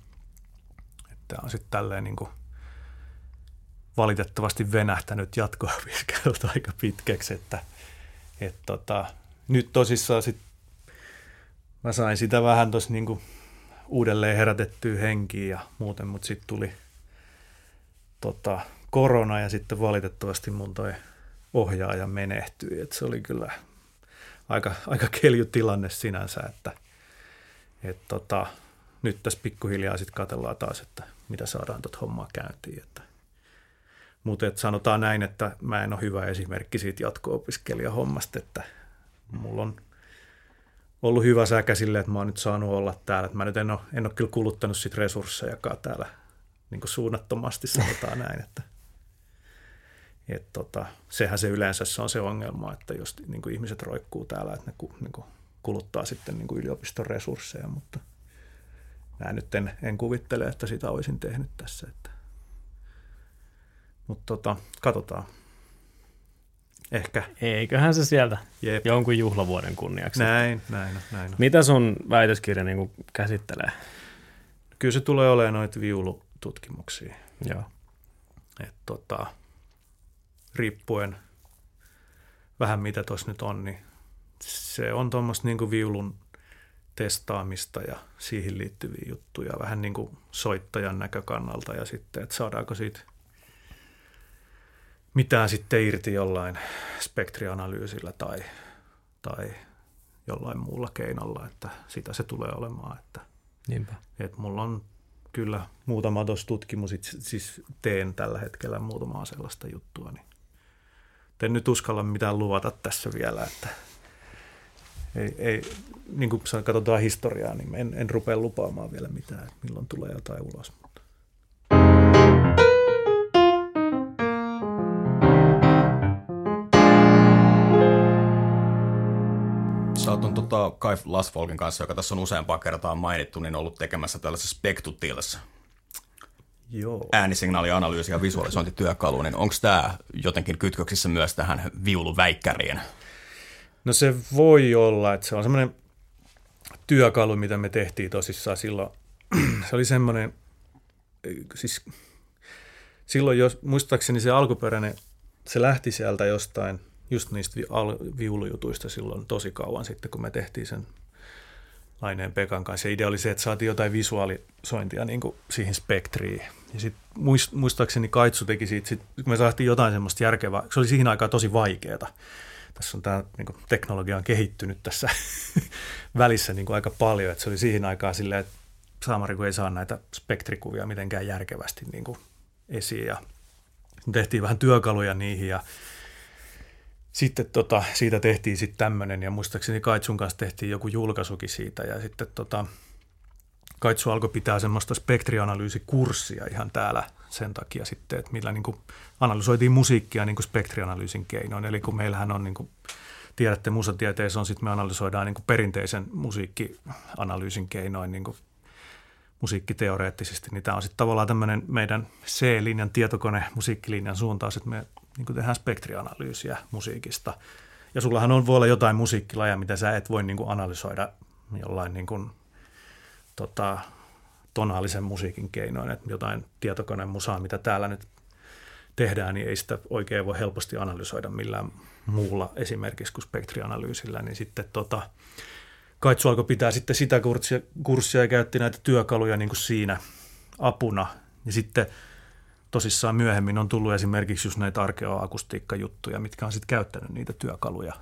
on sitten tälleen niin kuin valitettavasti venähtänyt jatko-opiskelut aika pitkäksi, että nyt tosissaan sit mä sain sitä vähän tuossa niinku uudelleen herätettyä henkiä ja muuten, mutta sitten tuli korona ja sitten valitettavasti mun toi ohjaaja menehtyi, että se oli kyllä aika kelju tilanne sinänsä, että nyt tässä pikkuhiljaa sitten katsellaan taas, että mitä saadaan tuota hommaa käyntiin. Mutta sanotaan näin, että mä en ole hyvä esimerkki siitä jatko-opiskelijahommasta, että mulla on ollut hyvä säkä silleen, että mä oon nyt saanut olla täällä. Että mä nyt en ole kyllä kuluttanut sit resurssejakaan täällä niin kuin suunnattomasti, sanotaan näin. Sehän se yleensä se on se ongelma, että jos niin kuin ihmiset roikkuu täällä, että ne niin kuin kuluttaa sitten niin kuin yliopiston resursseja, mutta mä nyt en kuvittele, että sitä olisin tehnyt tässä. Mutta katsotaan. Ehkä. Eiköhän se sieltä Jep. jonkun juhlavuoden kunniaksi. Näin on. Mitä sun väitöskirja niin käsittelee? Kyllä se tulee olemaan noita viulututkimuksia. Joo. Riippuen vähän mitä tuossa nyt on, niin se on tuommoista niin kuin viulun testaamista ja siihen liittyviä juttuja, vähän niin kuin soittajan näkökannalta ja sitten, että saadaanko siitä mitään sitten irti jollain spektrianalyysillä tai jollain muulla keinolla, että sitä se tulee olemaan. Niinpä. Että mulla on kyllä muutama tuossa tutkimus, siis teen tällä hetkellä muutamaa sellaista juttua, niin en nyt uskalla mitään luvata tässä vielä, että ei niin kuin katsotaan historiaa, niin en rupea lupaamaan vielä mitään, että milloin tulee jotain ulos. Sä oot Kai Lasfolkin kanssa, joka tässä on useampaa kertaa mainittu, niin ollut tekemässä tällaisessa Spectutils äänisignaalianalyysi- ja visualisointityökalu, niin onko tämä jotenkin kytköksissä myös tähän viuluväikkäriin? No se voi olla, että se on semmoinen työkalu, mitä me tehtiin tosissaan silloin. Se oli semmoinen, siis silloin muistaakseni se alkuperäinen, se lähti sieltä jostain, just niistä viulujutuista silloin tosi kauan sitten, kun me tehtiin sen Laineen Pekan kanssa. Ja idea oli se, että saatiin jotain visualisointia niin kuin siihen spektriin. Ja sitten muistaakseni Kaitsu teki siitä, kun me saatiin jotain semmoista järkevää, se oli siihen aikaan tosi vaikeaa. Tässä on tämä niin kuin teknologia on kehittynyt tässä välissä niin kuin aika paljon, että se oli siihen aikaan silleen, että saamari kun ei saa näitä spektrikuvia mitenkään järkevästi niin kuin esiin. Ja tehtiin vähän työkaluja niihin ja sitten siitä tehtiin sitten tämmöinen, ja muistaakseni Kaitsun kanssa tehtiin joku julkaisukin siitä, ja sitten Kaitsu alkoi pitää semmoista spektrianalyysikurssia ihan täällä sen takia sitten, että millä niin kuin analysoitiin musiikkia niin kuin spektrianalyysin keinoin, eli kun meillähän on, niin kuin tiedätte, musatieteessä on sitten me analysoidaan niin kuin perinteisen musiikkianalyysin keinoin niin kuin musiikkiteoreettisesti, niin tämä on sitten tavallaan tämmöinen meidän C-linjan tietokone musiikkilinjan suuntaus, että me niin kuin tehdään spektrianalyysiä musiikista. Ja sullahan voi olla jotain musiikkilaja, mitä sä et voi niin kuin analysoida jollain niin kuin, tonaalisen musiikin keinoin, että jotain tietokonemusaa, mitä täällä nyt tehdään, niin ei sitä oikein voi helposti analysoida millään muulla esimerkiksi kuin spektrianalyysillä, niin sitten Kaitsu alkoi pitää sitten sitä kurssia ja käytti näitä työkaluja niin kuin siinä apuna. Ja sitten tosissaan myöhemmin on tullut esimerkiksi just näitä arkeoakustiikkajuttuja, mitkä on sitten käyttänyt niitä työkaluja.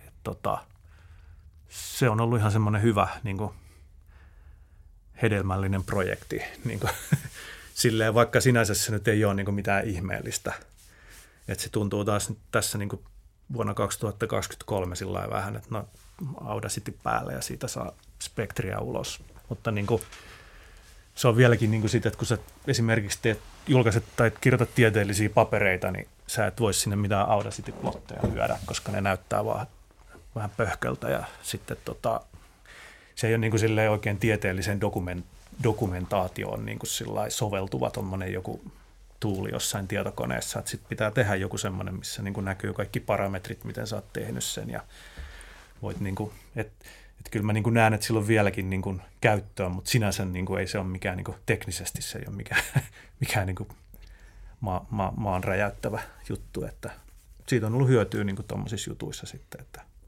Se on ollut ihan semmoinen hyvä niin kuin hedelmällinen projekti. Niin kuin, silleen, vaikka sinänsä se nyt ei ole niin kuin mitään ihmeellistä. Et se tuntuu taas tässä niin kuin vuonna 2023 sillä lailla vähän, että no Audacity päälle ja siitä saa spektriä ulos. Mutta niin kuin, se on vieläkin niin kuin sitä, että kun sä esimerkiksi julkaiset tai kirjoitat tieteellisiä papereita, niin sä et voi sinne mitään Audacity-plotteja lyödä, koska ne näyttää vaan vähän pöhköltä ja sitten se ei ole niin kuin silleen oikein tieteellisen dokumentaatioon niin kuin soveltuva tommonen joku tuuli jossain tietokoneessa, että sitten pitää tehdä joku semmoinen, missä niin kuin näkyy kaikki parametrit, miten sä oot tehnyt sen ja voit niin kuin, että kyllä mä niin kuin näen, että sillä on vieläkin niin kuin käyttöä, mutta sinänsä niin kuin ei se ole mikään, niin kuin teknisesti se ei ole mikään niin kuin maan räjäyttävä juttu, että siitä on ollut hyötyä niin kuin tommosissa jutuissa sitten,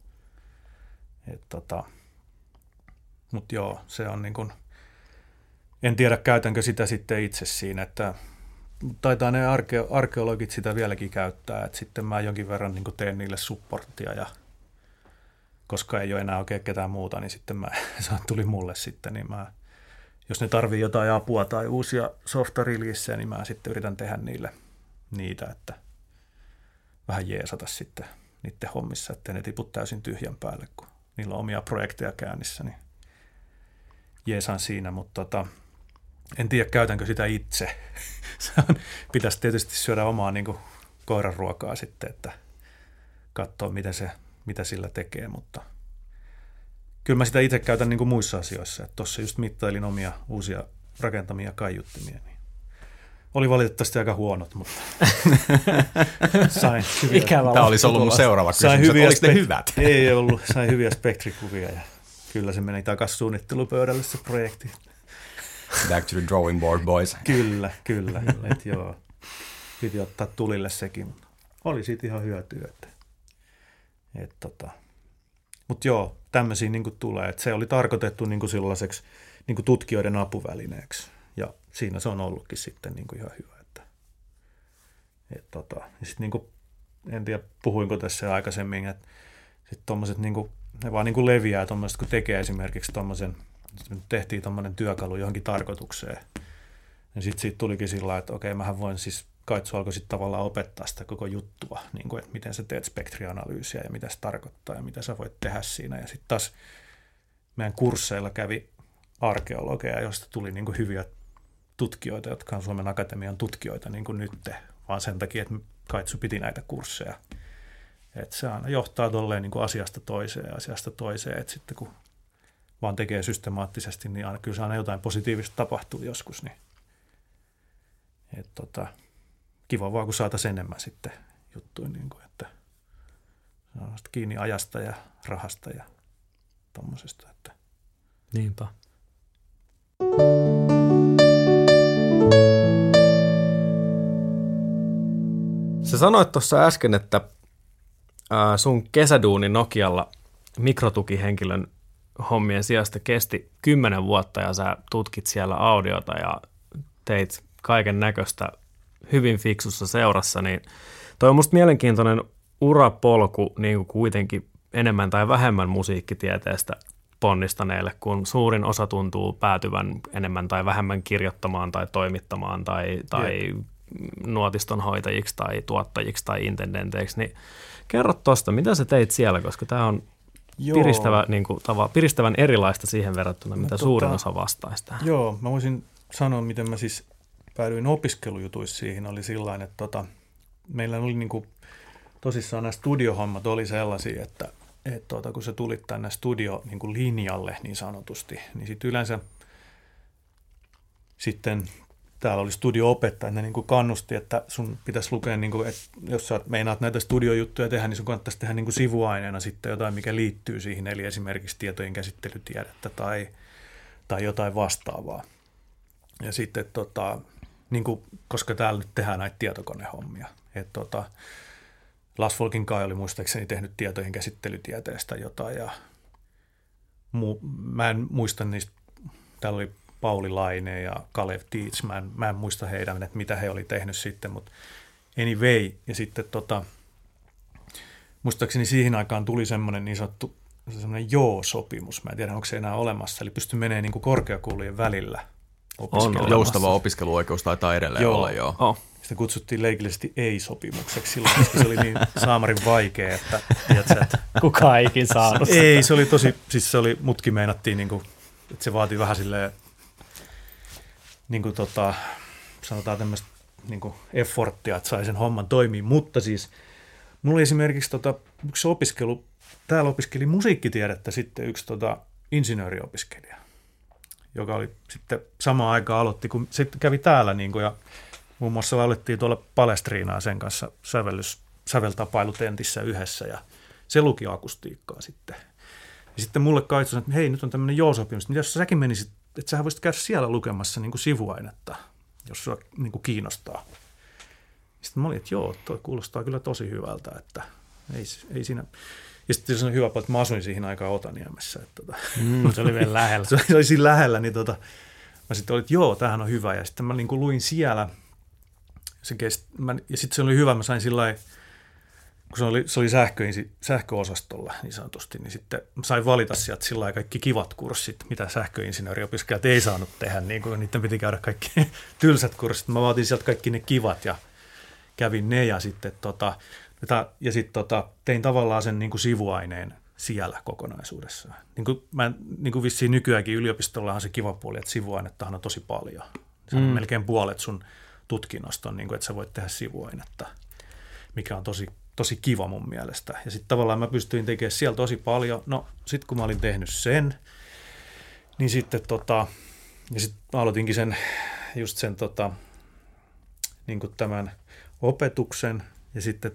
mutta joo, se on niin kuin, en tiedä käytänkö sitä sitten itse siinä, että taitaa ne arkeologit sitä vieläkin käyttää, että sitten mä jonkin verran niin kuin teen niille supporttia ja koska ei ole enää oikein ketään muuta, niin sitten se tuli mulle sitten, niin mä jos ne tarvii jotain apua tai uusia softa-releasejä, niin mä sitten yritän tehdä niille niitä, että vähän jeesata sitten niiden hommissa, ettei ne tipu täysin tyhjän päälle, kun niillä on omia projekteja käynnissä, niin jeesan siinä, mutta en tiedä, käytänkö sitä itse. Pitäisi tietysti syödä omaa niin kuin koiran ruokaa sitten, että katsoa, mitä sillä tekee, mutta kyllä mä sitä itse käytän niin kuin muissa asioissa. Tuossa just mittailin omia uusia rakentamia kaiuttimia. Niin oli valitettavasti aika huonot, mutta sain hyviä. Tämä olisi ollut mun seuraava kysymys, että oliko ne hyvät? Ei ollut, sain hyviä spektrikuvia ja kyllä se meni takaisin suunnittelupöydälle se projekti. Back to the drawing board, boys. Kyllä. Et joo, piti ottaa tulille sekin, mutta oli siitä ihan hyötyä. Mutta joo, tämmöisiä niin tulee. Et se oli tarkoitettu niin kuin sellaiseksi niin kuin tutkijoiden apuvälineeksi. Ja siinä se on ollutkin sitten niin kuin ihan hyvä. Ja sitten niin kuin, en tiedä puhuinko tässä jo aikaisemmin, että sitten tommoset niin kuin, ne vaan niin kuin leviää tommoset, kun tekee esimerkiksi tommosen, tehtiin tommonen työkalu johonkin tarkoitukseen. Ja sitten siitä tulikin sillä lailla, että okei, mähän voin siis, Kaitsu alkoi sitten tavallaan opettaa sitä koko juttua, niin kuin, että miten sä teet spektrianalyysiä ja mitä se tarkoittaa ja mitä sä voit tehdä siinä. Ja sitten taas meidän kursseilla kävi arkeologeja, joista tuli niin kuin hyviä tutkijoita, jotka on Suomen Akatemian tutkijoita niin kuin nyt, vaan sen takia, että Kaitsu piti näitä kursseja. Että se aina johtaa tolleen niin kuin asiasta toiseen, että sitten kun vaan tekee systemaattisesti, niin aina, kyllä se aina jotain positiivista tapahtuu joskus. Niin. Kiva vaan, kun saataisiin enemmän sitten juttuja, niin kuin, että on kiinni ajasta ja rahasta ja tommosesta. Että. Niinpä. Sä sanoit tuossa äsken, että sun kesäduuni Nokialla mikrotukihenkilön hommien sijasta kesti 10 vuotta ja sä tutkit siellä audiota ja teit kaiken näköistä hyvin fiksussa seurassa, niin toi on musta mielenkiintoinen urapolku niin kuin kuitenkin enemmän tai vähemmän musiikkitieteestä ponnistaneille, kun suurin osa tuntuu päätyvän enemmän tai vähemmän kirjoittamaan tai toimittamaan tai nuotistonhoitajiksi tai tuottajiksi tai intendenteiksi, niin kerro tuosta, mitä sä teit siellä, koska tämä on piristävän erilaista siihen verrattuna, mitä suurin osa vastaisi tähän. Joo, mä voisin sanoa, miten mä siis päädyin opiskelujutuissa siihen, oli sillain, että meillä oli niinku, tosissaan nämä studiohommat oli sellaisia, että kun sä tulit tänne studiolinjalle niin sanotusti, niin sitten yleensä sitten täällä oli studio-opettaja, ne niin kannusti, että sun pitäisi lukea, niin kuin, että jos sä meinaat näitä studiojuttuja tehdä, niin sun kannattaisi tehdä niin kuin sivuaineena sitten jotain, mikä liittyy siihen, eli esimerkiksi tietojen käsittelytiedettä tai jotain vastaavaa. Ja sitten, niin kuin, koska täällä nyt tehdään näitä tietokonehommia, että Lasfolkin Kai oli muistaakseni tehnyt tietojen käsittelytieteestä jotain, ja mä en muista niistä, täällä oli Pauli Laine ja Kalev Teach, mä en muista heidän, että mitä he oli tehnyt sitten, mutta anyway, ja sitten muistaakseni siihen aikaan tuli semmoinen niin sanottu semmoinen joo-sopimus, mä en tiedä, onko se enää olemassa, eli pystyi menemään niin kuin korkeakoulujen välillä. On joustava opiskeluoikeus taitaa edelleen olla, joo. Oh. Sitä kutsuttiin leikillisesti ei-sopimukseksi silloin, koska se oli niin saamarin vaikea, että tiedätkö, että kukaan ei ikin saanut sitä. Ei, se oli tosi, siis se oli, mutkin meinattiin, niin kuin, että se vaati vähän silleen, niin kuin sanotaan tämmöistä niin kuin efforttia, että sai sen homman toimii, mutta siis mulla oli esimerkiksi yksi opiskelu, täällä opiskeli musiikkitiedettä sitten yksi insinööriopiskelija, joka oli sitten samaan aikaan aloitti, kun sitten kävi täällä niin kuin, ja muun muassa laulettiin tuolla Palestriinaa sen kanssa säveltapailutentissä yhdessä ja se luki akustiikkaa sitten. Ja sitten mulle Kaitsu sanoi, että hei, nyt on tämmöinen joo-sopimus, mitä jos säkin menisit, että sähän voisit käydä siellä lukemassa niin kuin sivuainetta, jos sua niin kuin kiinnostaa. Sitten mä olin, että joo, toi kuulostaa kyllä tosi hyvältä, että ei siinä. Ja sitten se on hyvä, että mä asuin siihen aikaan Otaniemessä. Että se oli vielä lähellä. Se oli siinä lähellä, niin mä sitten olin, että joo, tämähän on hyvä. Ja sitten mä niin kuin luin siellä. Ja sitten se oli hyvä, mä sain sillai kun se oli sähköosastolla niin sanotusti, niin sitten sain valita sieltä sillä lailla kaikki kivat kurssit, mitä sähköinsinööriopiskelijat ei saanut tehdä, niin kuin niiden piti käydä kaikki tylsät kurssit. Mä vaatin sieltä kaikki ne kivat ja kävin ne ja sitten tein tavallaan sen niin kuin sivuaineen siellä kokonaisuudessaan. Niin kuin vissiin nykyäänkin yliopistollahan se kiva puoli, että sivuainettahan on tosi paljon. Se on melkein puolet sun tutkinnosta on, niin kuin, että sä voit tehdä sivuainetta, mikä on tosi kiva mun mielestä. Ja sitten tavallaan mä pystyin tekemään siellä tosi paljon. No sitten kun mä olin tehnyt sen, niin sitten aloitinkin just sen niin kuin tämän opetuksen ja sitten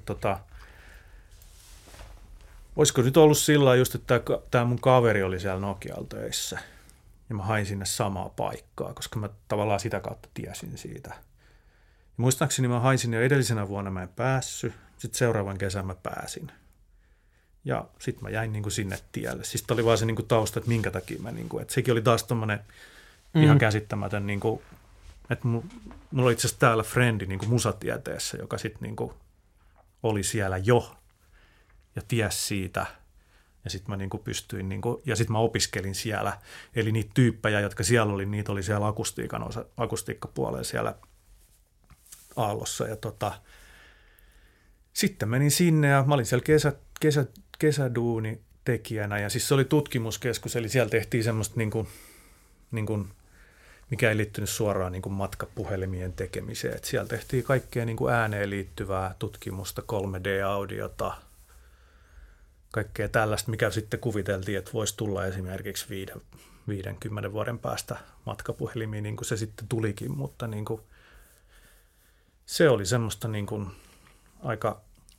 olisiko nyt ollut sillä lailla just, että tämä mun kaveri oli siellä Nokialla töissä ja mä hain sinne samaa paikkaa, koska mä tavallaan sitä kautta tiesin siitä. Ja muistaakseni mä hain sinne jo edellisenä vuonna, mä en päässyt, sitten seuraavan kesän mä pääsin. Ja sitten mä jäin niin kuin sinne tielle. Siis oli vaan se niin kuin tausta, että minkä takia mä, niin kuin, että sekin oli taas tommoinen ihan käsittämätön, niin kuin, että mulla oli itse asiassa täällä frendi niin kuin musatieteessä, joka sitten niin kuin oli siellä jo ja ties siitä. Ja sitten mä niinku pystyin, ja sitten mä opiskelin siellä. Eli niitä tyyppejä, jotka siellä oli, niitä oli siellä akustiikkapuolella siellä Aallossa. Ja sitten menin sinne ja mä olin siellä kesäduunitekijänä. Ja siis se oli tutkimuskeskus, eli siellä tehtiin semmoista, mikä ei liittynyt suoraan matkapuhelimien tekemiseen. Et siellä tehtiin kaikkea ääneen liittyvää tutkimusta, 3D-audiota, kaikkea tällaista, mikä sitten kuviteltiin, että voisi tulla esimerkiksi 50 vuoden päästä matkapuhelimiin, niin kuin se sitten tulikin, mutta niin kuin, se oli semmoista niin kuin aika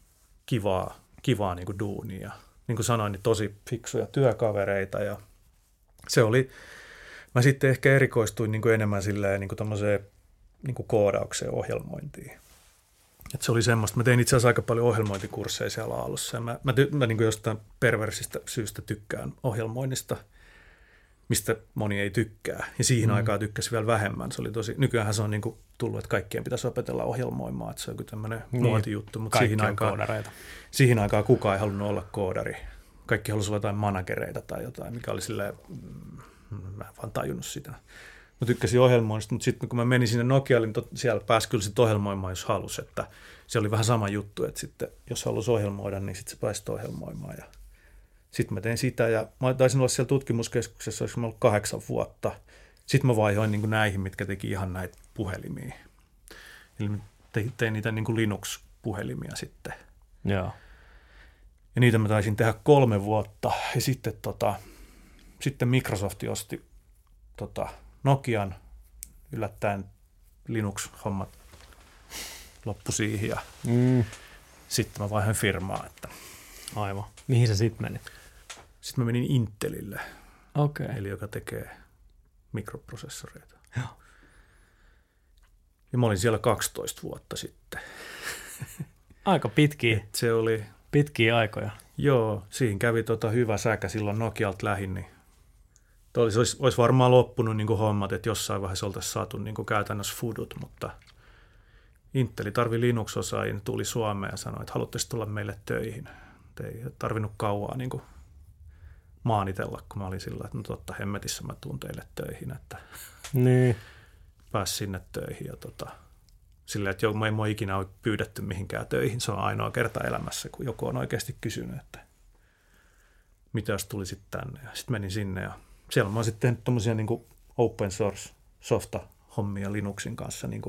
kivaa niin kuin duunia. Niin kuin sanoin, niin tosi fiksuja työkavereita ja se oli, mä sitten ehkä erikoistuin niin kuin enemmän silleen niin kuin tommoseen niin kuin koodaukseen, ohjelmointiin. Et se oli semmoista. Mä tein itse asiassa aika paljon ohjelmointikursseja siellä Aallossa. Mä niin kuin jostain perversistä syystä tykkään ohjelmoinnista, mistä moni ei tykkää. Ja siihen aikaan tykkäsi vielä vähemmän. Se oli nykyäänhän se on niin kuin tullut, että kaikkien pitäisi opetella ohjelmoimaan. Että se on joku tämmöinen muotijuttu. Mutta siihen aikaan kukaan ei halunnut olla koodari. Kaikki halusivat olla jotain managereita tai jotain, mikä oli silleen, mä en vaan tajunnut sitä. Mä tykkäsin ohjelmoinnista, mutta sitten kun mä menin sinne Nokialle, niin siellä pääsi kyllä sitten ohjelmoimaan, jos halusi. Että se oli vähän sama juttu, että sitten, jos halusi ohjelmoida, niin sitten se pääsi ohjelmoimaan. Ja sitten mä tein sitä ja mä taisin olla siellä tutkimuskeskuksessa, olisiko mä ollut 8 vuotta. Sitten mä vaihoin niin kuin näihin, mitkä teki ihan näitä puhelimia. Eli mä tein niitä niin kuin Linux-puhelimia sitten. Joo. Ja niitä mä taisin tehdä 3 vuotta. Ja sitten Microsoft osti Nokian, yllättäen Linux-hommat loppu siihen ja sitten mä vaihoin firmaa. Että aivan. Mihin sä sitten menit? Sitten mä menin Intelille, okay. Eli joka tekee mikroprosessoreita. Joo. Ja mä olin siellä 12 vuotta sitten. Aika pitkiä. Se oli pitkiä aikoja. Joo, siinä kävi hyvä säkä silloin Nokialta lähin, niin olisi varmaan loppunut niin kuin hommat, että jossain vaiheessa oltaisiin saatu niin kuin käytännössä fudut, mutta Inteli tarvi Linux-osaajia, niin tuli Suomeen ja sanoi, että haluaisitte tulla meille töihin. Ei tarvinnut kauaa niin kuin maanitella, kun mä olin sillä, että no totta hemmetissä mä tuun teille töihin, että niin. Pääs sinne töihin ja silleen, että mä en ole ikinä ole pyydetty mihinkään töihin, se on ainoa kerta elämässä, kun joku on oikeasti kysynyt, että mitä jos tulisit tänne ja sitten menin sinne ja siellä mä oon sitten tehnyt tommosia niin kuin open source softa-hommia Linuxin kanssa niin kuin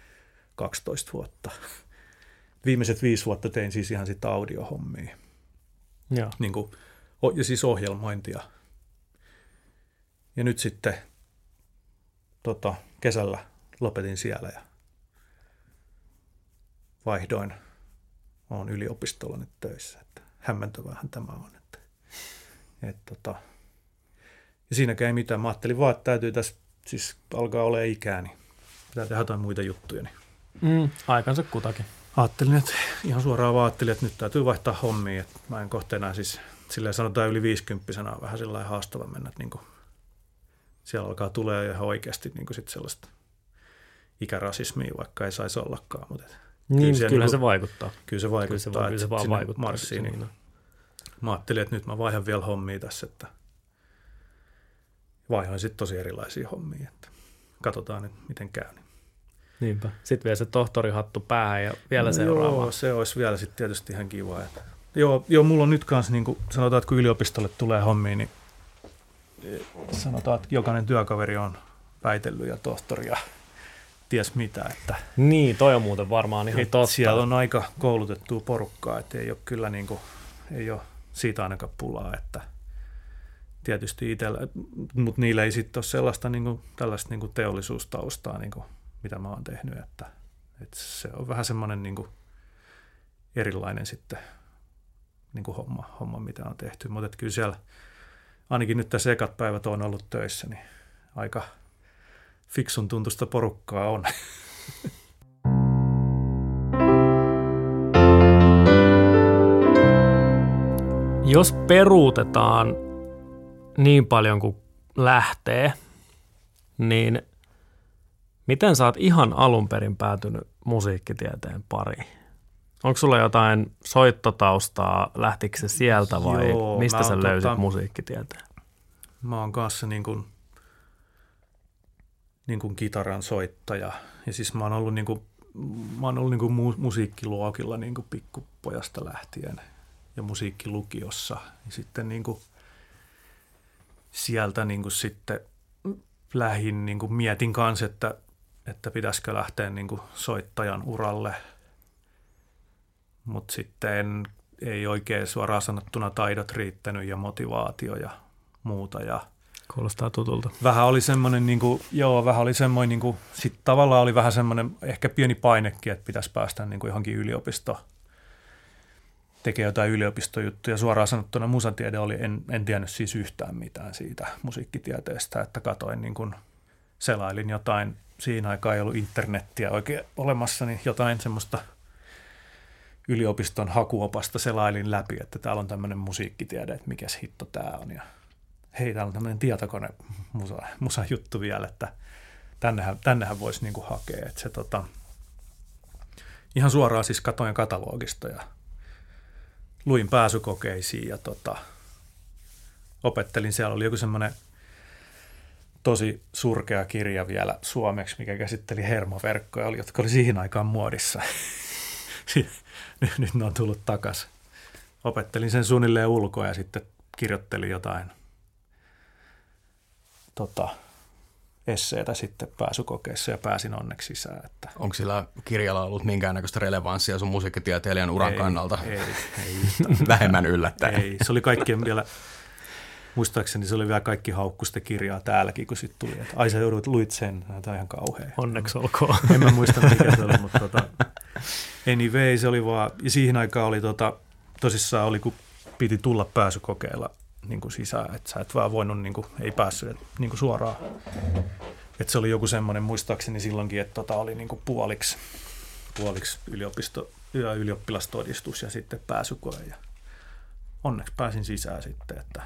12 vuotta. Viimeiset 5 vuotta tein siis ihan sitten audiohommia. Joo. Niin kuin, ja siis ohjelmointia. Ja nyt sitten kesällä lopetin siellä ja vaihdoin. Olen yliopistolla nyt töissä. Että hämmentävähän tämä on. Ja siinäkään ei mitään. Mä ajattelin vaan, että täytyy tässä siis alkaa olla ikää, niin pitää tehdä jotain muita juttuja. Niin. Aikansa kutakin. Ajattelin, että ihan suoraan vaan ajattelin, että nyt täytyy vaihtaa hommia. Että mä en kohta enää siis, silleen sanotaan yli 50-vuotiaana on vähän sellainen haastava mennä, että niin kuin siellä alkaa tulee ihan oikeasti niin kuin sit sellaista ikärasismia, vaikka ei saisi ollakaan. Mutta Niin, kyllähän se vaikuttaa. Kyllä se vaikuttaa. Kyllä se vaan vaikuttaa. Marssiin, niin mä ajattelin, että nyt mä vaihan vielä hommia tässä, että vaihoin sitten tosi erilaisia hommia, että katsotaan nyt miten käy. Niinpä. Sitten vielä se tohtorihattu päähän ja vielä seuraava. Joo, se olisi vielä sitten tietysti ihan kiva. Että joo, mulla on nyt kanssa, niin kuin sanotaan, että kun yliopistolle tulee hommia, niin sanotaan, että jokainen työkaveri on väitellyt ja tohtori ja ties mitä. Että niin, toi on muuten varmaan ihan totta. Siellä on aika koulutettua porukkaa, että ei ole kyllä niin kuin, ei ole siitä ainakaan pulaa, että tietysti itsellä, mutta niillä ei sitten ole sellaista niin kuin, tällaista niin kuin teollisuustaustaa, niin kuin, mitä mä oon tehnyt, että se on vähän semmoinen niin kuin erilainen sitten niin kuin homma, mitä on tehty, mutta kyllä siellä ainakin nyt tässä ekat päivät on ollut töissä, niin aika fiksun tuntusta porukkaa on. Jos peruutetaan niin paljon kuin lähtee, niin miten sä oot ihan alun perin päätynyt musiikkitieteen pariin? Onko sulla jotain soittotaustaa, lähtikö se sieltä vai mistä sä löysit musiikkitieteen? Mä oon kanssa niin kuin kitaran soittaja ja siis mä oon ollut niin kuin musiikkiluokilla niin kuin pikkupojasta lähtien ja musiikkilukiossa ja sitten niin kuin sieltä niin kuin sitten lähdin niin kuin mietin kanssa, että pitäisikö lähteä niin kuin soittajan uralle, mutta sitten ei oikein suoraan sanottuna taidot riittänyt ja motivaatio ja muuta. Ja kuulostaa tutulta. Vähän oli semmoinen, sitten tavallaan oli vähän semmoinen ehkä pieni painekin, että pitäisi päästä niin kuin johonkin yliopistoon, tekee jotain yliopistojuttuja. Suoraan sanottuna musatiede oli, en tiennyt siis yhtään mitään siitä musiikkitieteestä, että katoin niin kuin selailin jotain, siinä aikaa ei ollut internettiä oikein olemassa, niin jotain semmoista yliopiston hakuopasta selailin läpi, että täällä on tämmöinen musiikkitiede, että mikäs hitto tää on. Ja hei, täällä on tämmöinen tietokone musa juttu vielä, että tännehän voisi niinku hakea. Että se ihan suoraan siis katoin katalogista ja luin pääsykokeisiin ja opettelin. Siellä oli joku semmoinen tosi surkea kirja vielä suomeksi, mikä käsitteli hermoverkkoja, jotka oli siihen aikaan muodissa. Nyt ne on tullut takaisin. Opettelin sen suunnilleen ulkoa ja sitten kirjoittelin jotain esseetä sitten pääsykokeissa ja pääsin onneksi sisään. Että onko sillä kirjalla ollut minkäännäköistä relevanssia sun musiikkitieteilijän uran kannalta? Ei Vähemmän yllättäen. Ei, se oli kaikkien vielä, muistaakseni se oli vielä kaikki haukkusta kirjaa täälläkin, kun sitten tuli, että ai sä luit sen, tämä on ihan kauhea. Onneksi olkoon. En mä muista mikä se oli, mutta anyway, se oli vaan, ja siihen aikaan oli tosissaan oli, kun piti tulla pääsykokeilla niin kuin sisään, että sä et vaan voinut, niin kuin, ei päässyt niin kuin suoraan. Että se oli joku semmoinen, muistaakseni silloinkin, että oli niin kuin puoliksi ylioppilastodistus ja sitten pääsykoe. Ja onneksi pääsin sisään sitten, että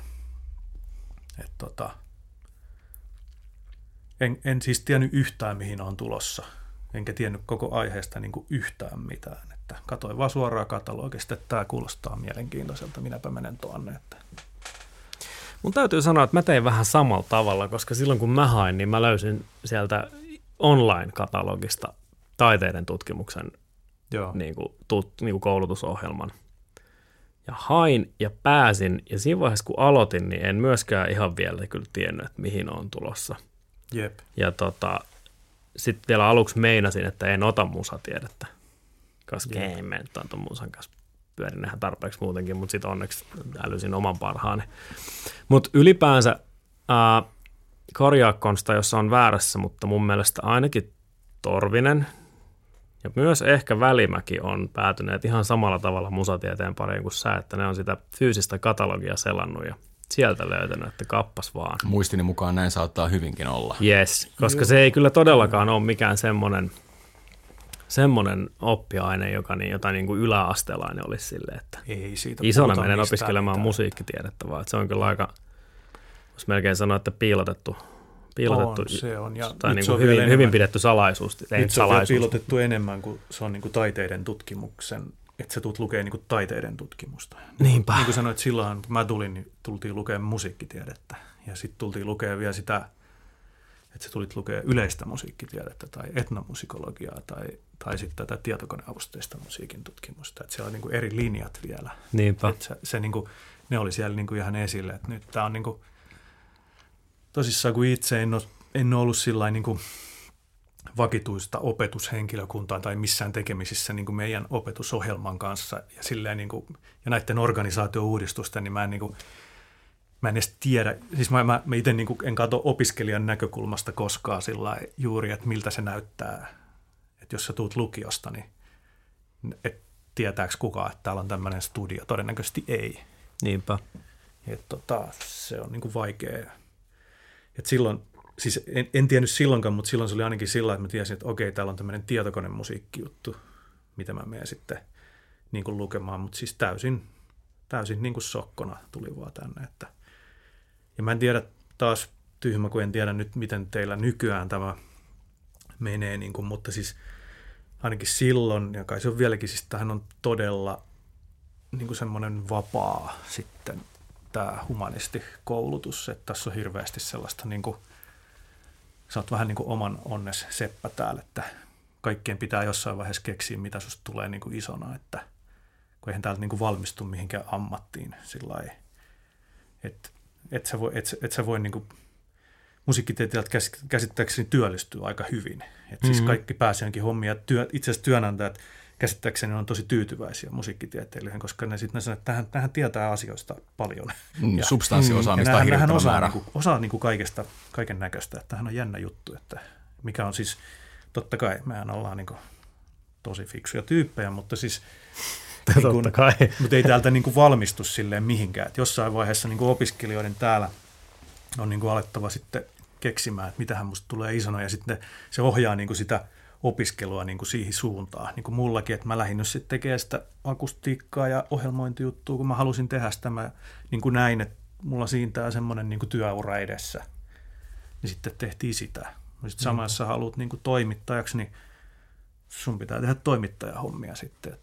en siis tiennyt yhtään, mihin on tulossa. Enkä tiennyt koko aiheesta niin kuin yhtään mitään. Että katoin vaan suoraan katalogista, että tämä kuulostaa mielenkiintoiselta, minäpä menen tuonne. Mun täytyy sanoa, että mä tein vähän samalla tavalla, koska silloin kun mä hain, niin mä löysin sieltä online-katalogista taiteiden tutkimuksen niin kuin koulutusohjelman. Ja hain ja pääsin, ja siinä vaiheessa kun aloitin, niin en myöskään ihan vielä kyllä tiennyt, että mihin on tulossa. Jep. Ja sitten vielä aluksi meinasin, että en ota musatiedettä, koska ei mene tuon musan kanssa pyörin ihan tarpeeksi muutenkin, mutta sitten onneksi älysin oman parhaani. Mutta ylipäänsä korjaa Konsta, jos on väärässä, mutta mun mielestä ainakin Torvinen ja myös ehkä Välimäki on päätyneet ihan samalla tavalla musatieteen pariin kuin sä, että ne on sitä fyysistä katalogia selannut ja sieltä löytänyt, että kappas vaan. Muistini mukaan näin saattaa hyvinkin olla. Yes, koska se ei kyllä todellakaan ole mikään semmoinen oppiaine, jota niin kuin yläastelainen olisi silleen, että ei siitä isona menen opiskelemaan musiikkitiedettä, vaan että se on kyllä aika, voisi melkein sanoa, että piilotettu. Se on. Ja tai niin kuin hyvin pidetty salaisuus. Nyt se on vielä piilotettu enemmän kuin se on niin kuin taiteiden tutkimuksen, että sä tulet lukemaan niin kuin taiteiden tutkimusta. Niinpä. Niin kuin sanoit, silloin kun mä tulin, niin tultiin lukemaan musiikkitiedettä. Ja sitten tultiin lukemaan vielä sitä, että sä tulit lukemaan yleistä musiikkitiedettä tai etnomusikologiaa tai sitten tätä tietokoneavusteista musiikin tutkimusta. Että siellä on niin kuin eri linjat vielä. Niinpä. Että se niin kuin, ne oli siellä niin kuin ihan esille. Että nyt tämä on niin kuin, tosissaan kun itse en ole ollut sillain niin kuin vakituista opetushenkilökuntaa tai missään tekemisissä niin kuin meidän opetusohjelman kanssa ja, silleen, niin kuin, ja näiden organisaatio-uudistusten, niin mä en edes tiedä, siis mä itse niin kuin en katso opiskelijan näkökulmasta koskaan sillä juuri, että miltä se näyttää. Että jos sä tuut lukiosta, niin et tietääkö kukaan, että täällä on tämmöinen studio? Todennäköisesti ei. Niinpä. Se on niin kuin vaikea. Et silloin, siis en tiennyt silloinkaan, mutta silloin se oli ainakin sillä, että mä tiesin, että okei, täällä on tämmöinen tietokonemusiikkijuttu, mitä mä menen sitten niin kuin lukemaan, mutta siis täysin niin kuin sokkona tuli vaan tänne. Ja mä en tiedä taas tyhmä, kun en tiedä nyt, miten teillä nykyään tämä menee, niin kuin, mutta siis ainakin silloin, ja kai se on vieläkin, siis tämähän on todella niin kuin semmoinen vapaa sitten tämä humanistikoulutus, että tässä on hirveästi sellaista, niin kuin, sä oot vähän niin kuin oman onnes seppä täällä, että kaikkien pitää jossain vaiheessa keksiä, mitä susta tulee niin kuin isona, että kun eihän täältä niin kuin valmistu mihinkään ammattiin sillä lailla, että et sä voi niin kuin musiikkitieteeltä käsittääkseni työllistyä aika hyvin. Että siis kaikki pääsee jonkin hommiin ja itse asiassa työnantajat käsittääkseni on tosi tyytyväisiä musiikkitieteilijöihin, koska ne sitten sanoo, että tähän tietää asioista paljon. Substanssiosaamista on hirvittävä määrä. Osaa niin kuin kaiken näköistä, että tämähän on jännä juttu, että mikä on siis, totta kai mehän ollaan niin kuin tosi fiksuja tyyppejä, mutta siis niin kuin, mutta ei täältä niin kuin valmistu silleen mihinkään. Että jossain vaiheessa niin kuin opiskelijoiden täällä on niin kuin alettava sitten keksimään, että mitähän musta tulee isona, ja sitten se ohjaa niin kuin sitä opiskelua niin kuin siihen suuntaan. Niin kuin mullakin, että mä lähdin nyt sitten tekemään sitä akustiikkaa ja ohjelmointijuttua, kun mä halusin tehdä sitä. Mä niin kuin näin, että mulla siintää semmoinen niin kuin työura edessä. Niin sitten tehtiin sitä. Sitten samassa haluat niin kuin toimittajaksi, niin sun pitää tehdä toimittajahommia sitten,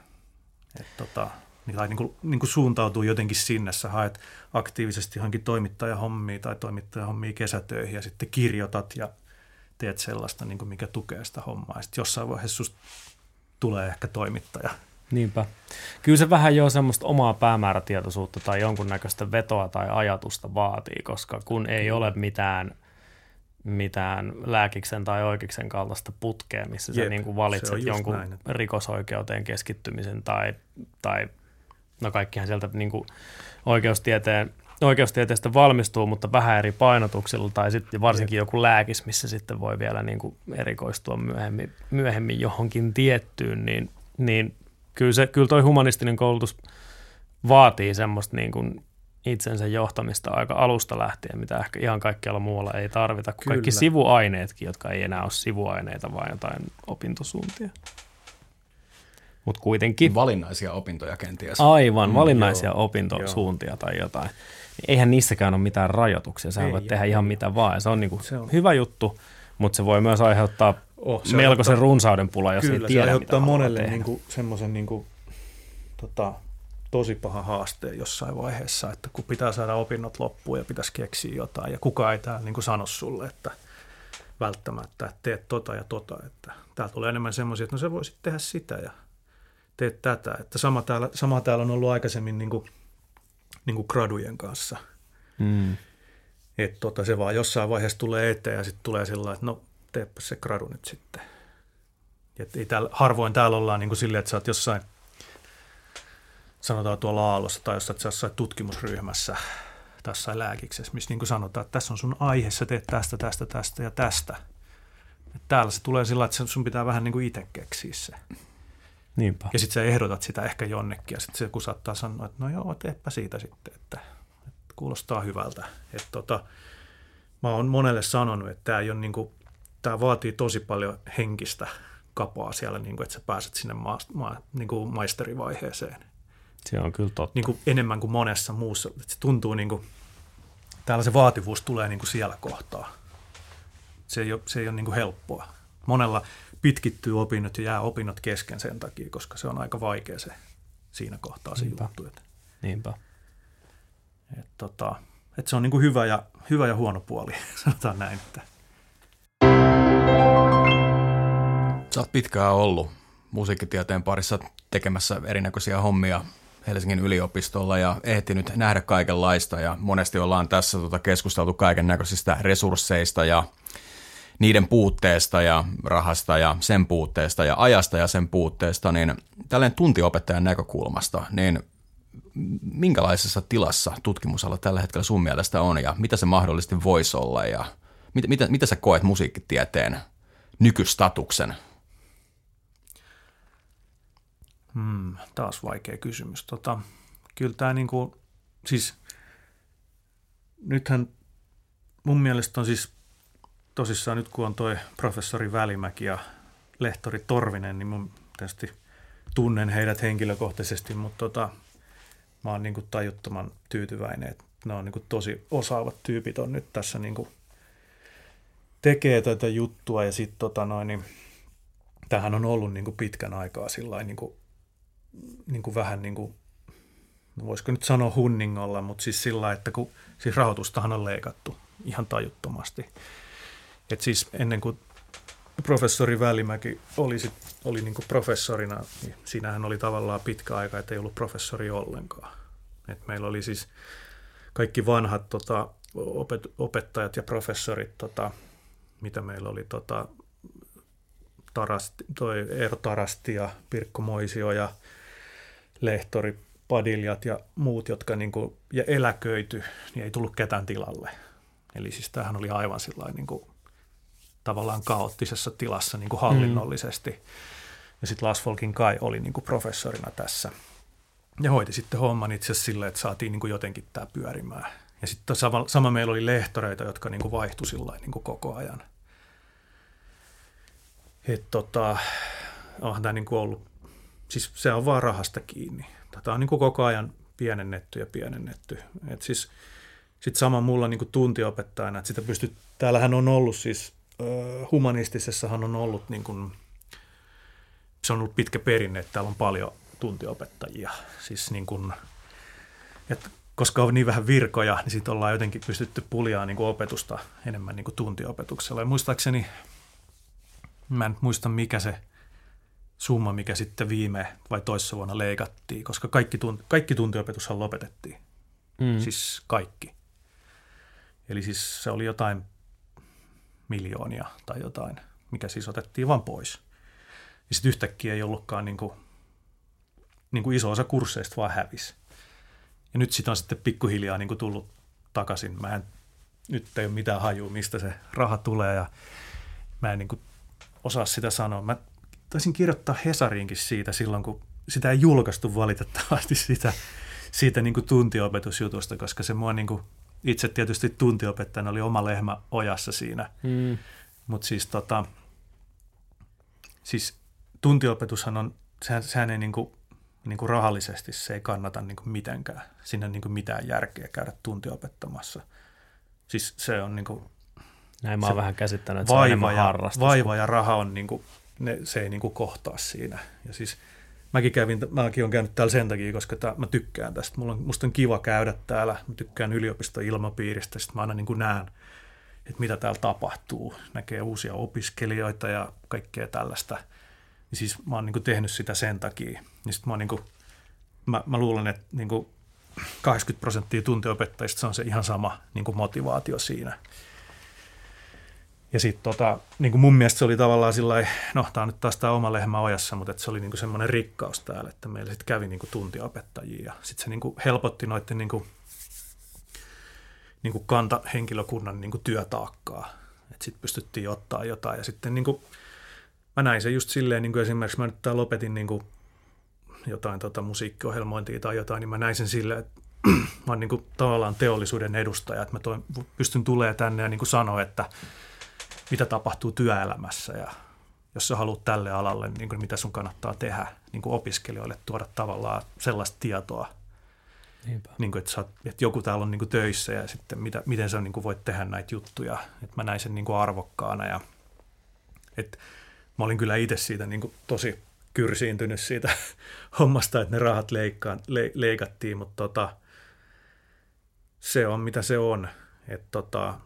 tai niin kuin suuntautuu jotenkin sinne, sä haet aktiivisesti johonkin toimittajahommia tai toimittajahommia kesätöihin ja sitten kirjoitat ja teet sellaista, niin kuin mikä tukee sitä hommaa. Ja sitten jossain vaiheessa susta tulee ehkä toimittaja. Niinpä. Kyllä se vähän jo semmoista omaa päämäärätietoisuutta tai jonkunnäköistä vetoa tai ajatusta vaatii, koska kun ei ole mitään lääkiksen tai oikeiksen kaltaista putkea, missä sä niin kuin valitset jonkun rikosoikeuteen keskittymisen tai no kaikkihan sieltä niin kuin oikeustieteestä valmistuu, mutta vähän eri painotuksilla tai sitten varsinkin joku lääkis, missä sitten voi vielä niin kuin erikoistua myöhemmin johonkin tiettyyn, niin kyllä toi humanistinen koulutus vaatii semmoista niin kuin itsensä johtamista aika alusta lähtien, mitä ehkä ihan kaikkialla muualla ei tarvita, kuin kaikki sivuaineetkin, jotka ei enää ole sivuaineita, vaan jotain opintosuuntia. Mutta kuitenkin. Valinnaisia opintoja kenties. Aivan, valinnaisia opintosuuntia tai jotain. Eihän niissäkään ole mitään rajoituksia, sä voit tehdä ihan mitä vaan. Se on niinku hyvä juttu, mutta se voi myös aiheuttaa melkoisen runsauden pula, jos ei tiedä, mitä haluaa tehdä. Kyllä, se aiheuttaa monelle niinku semmoisen niinku, tosi paha haaste jossain vaiheessa, että kun pitää saada opinnot loppuun ja pitäisi keksiä jotain, ja kukaan ei täällä niin kuin sano sulle, että välttämättä, että teet tota ja tota, että täällä tulee enemmän semmoisia, että no sä voisit tehdä sitä ja teet tätä, että sama täällä on ollut aikaisemmin niin kuin gradujen kanssa, että se vaan jossain vaiheessa tulee eteen ja sitten tulee sillä että no teepä se gradu nyt sitten, että harvoin täällä ollaan niin kuin silleen, että sä oot jossain sanotaan tuolla Aallossa tai jossain tutkimusryhmässä tässä lääkiksessä, missä niin kuin sanotaan, että tässä on sun aihe, sä teet tästä ja tästä. Et täällä se tulee sillä, että sun pitää vähän niin kuin itse keksiä se. Niinpä. Ja sitten sä ehdotat sitä ehkä jonnekin ja sitten se kun saattaa sanoa, että no joo, teepä siitä sitten, että kuulostaa hyvältä. Mä oon monelle sanonut, että tämä ei ole niin kuin, tämä vaatii tosi paljon henkistä kapaa siellä, niin kuin, että sä pääset sinne niin kuin maisterivaiheeseen. Se on kyllä totta. Niin kuin enemmän kuin monessa muussa. Että se tuntuu, niin kuin, täällä se vaativuus tulee niin kuin siellä kohtaa. Se ei ole niin kuin helppoa. Monella pitkittyy opinnot ja jää opinnot kesken sen takia, koska se on aika vaikea se siinä kohtaa se juttu. Niinpä. Että se on niin kuin hyvä ja huono puoli, sanotaan näin. Että. Sä oot pitkään ollut musiikkitieteen parissa tekemässä erinäköisiä hommia Helsingin yliopistolla ja ehtinyt nähdä kaikenlaista ja monesti ollaan tässä keskusteltu kaiken näköisistä resursseista ja niiden puutteesta ja rahasta ja sen puutteesta ja ajasta ja sen puutteesta, niin tällainen tuntiopettajan näkökulmasta, niin minkälaisessa tilassa tutkimusala tällä hetkellä sun mielestä on ja mitä se mahdollisesti voisi olla ja mitä sä koet musiikkitieteen nykystatuksen? Taas vaikea kysymys. Kyllä tämä niinku, siis nythän mun mielestä on siis tosissaan nyt kun on toi professori Välimäki ja lehtori Torvinen, niin mun tietysti tunnen heidät henkilökohtaisesti, mutta mä oon niinku tajuttoman tyytyväinen, että ne on niinku tosi osaavat tyypit on nyt tässä niinku tekee tätä juttua ja sitten niin tämähän on ollut niinku pitkän aikaa sillain niinku vähän niinku, voisiko nyt sanoa hunningolla, mutta siis sillä, että kun siis rahoitustahan on leikattu ihan tajuttomasti. Et siis ennen kuin professori Välimäki oli niinku professorina, niin siinähän oli tavallaan pitkä aika, että ei ollut professori ollenkaan. Et meillä oli siis kaikki vanhat opettajat ja professorit, mitä meillä oli Eero Tarasti ja Pirkko Moisio ja lehtori Padiljat ja muut, jotka niinku, ja eläköity, niin ei tullut ketään tilalle. Eli siis tämähän oli aivan sillain niinku, tavallaan kaoottisessa tilassa niinku hallinnollisesti. Ja sitten Lasfolkin Kai oli niinku professorina tässä. Ja hoiti sitten homman itse asiassa silleen, että saatiin niinku jotenkin tämä pyörimään. Ja sitten sama meillä oli lehtoreita, jotka niinku vaihtui sillain niinku koko ajan. Onhan tämä niinku ollut, siis se on vaan rahasta kiinni. Tätä on niinku koko ajan pienennetty. Siis sitten sama mulla niinku tuntiopettajana, että sitä täällähän on ollut siis, humanistisessahan on ollut niinku, se on ollut pitkä perinne, että täällä on paljon tuntiopettajia. Siis niinku, että koska on niin vähän virkoja, niin sitten ollaan jotenkin pystytty puljaamaan niinku opetusta enemmän niinku tuntiopetuksella. Ja muistaakseni, mä en muista mikä se summa, mikä sitten viime vai toissa vuonna leikattiin, koska kaikki tuntiopetushan lopetettiin. Siis kaikki. Eli siis se oli jotain miljoonia tai jotain, mikä siis otettiin vaan pois. Ja sitten yhtäkkiä ei ollutkaan niinku iso osa kursseista vaan hävisi. Ja nyt sitä on sitten pikkuhiljaa niinku tullut takaisin. Nyt ei ole mitään hajua, mistä se raha tulee ja mä en niinku osaa sitä sanoa. Mä taisin kirjoittaa Hesariinkin siitä silloin, kun sitä ei julkaistu valitettavasti siitä niin kuin tuntiopetusjutusta, koska se mua niin kuin, itse tietysti tuntiopettajana oli oma lehmä ojassa siinä. Mutta siis tuntiopetushan on, sehän ei niin kuin rahallisesti se ei kannata niin kuin mitenkään. Siinä ei niin kuin mitään järkeä käydä tuntiopettamassa. Siis se on niin kuin, näin mä oon vähän käsittänyt, että se on enemmän harrastus. Vaiva ja raha on niin kuin, se ei niin kuin kohtaa siinä. Ja siis mäkin olen käynyt täällä sen takia, koska mä tykkään tästä. Musta on kiva käydä täällä. Mä tykkään yliopiston ilmapiiristä. Sitten mä aina niin kuin näen, että mitä täällä tapahtuu. Näkee uusia opiskelijoita ja kaikkea tällaista. Ja siis mä oon niin kuin tehnyt sitä sen takia. Ja sitten mä luulen, että niin kuin 80% tuntiopettajista se on se ihan sama niin kuin motivaatio siinä. Ja sitten niin kuin mun mielestä se oli tavallaan sillai, no tää on nyt taas tää oma lehmä ojassa, mutta se oli niin kuin semmoinen rikkaus täällä, että meillä sitten kävi niin kuin tuntiopettajia. Ja sitten se niin kuin helpotti noiden niin kuin kantahenkilökunnan niin kuin työtaakkaa. Että sitten pystyttiin ottaa jotain. Ja sitten niin kuin, mä näin se just silleen, niin kuin esimerkiksi mä nyt lopetin niin kuin jotain musiikkiohjelmointia tai jotain, niin mä näin sen silleen, että mä oon niin kuin tavallaan teollisuuden edustaja, että mä pystyn tulemaan tänne ja niin kuin sanoa, että mitä tapahtuu työelämässä ja jos sä haluat tälle alalle, niin kuin mitä sun kannattaa tehdä niin kuin opiskelijoille, tuoda tavallaan sellaista tietoa, Niin kuin, että joku täällä on niin kuin töissä ja sitten miten sä niin kuin voit tehdä näitä juttuja. Että mä näin sen niin kuin arvokkaana. Ja, että mä olin kyllä itse siitä niin kuin tosi kyrsiintynyt siitä hommasta, että ne rahat leikattiin, mutta se on mitä se on. Että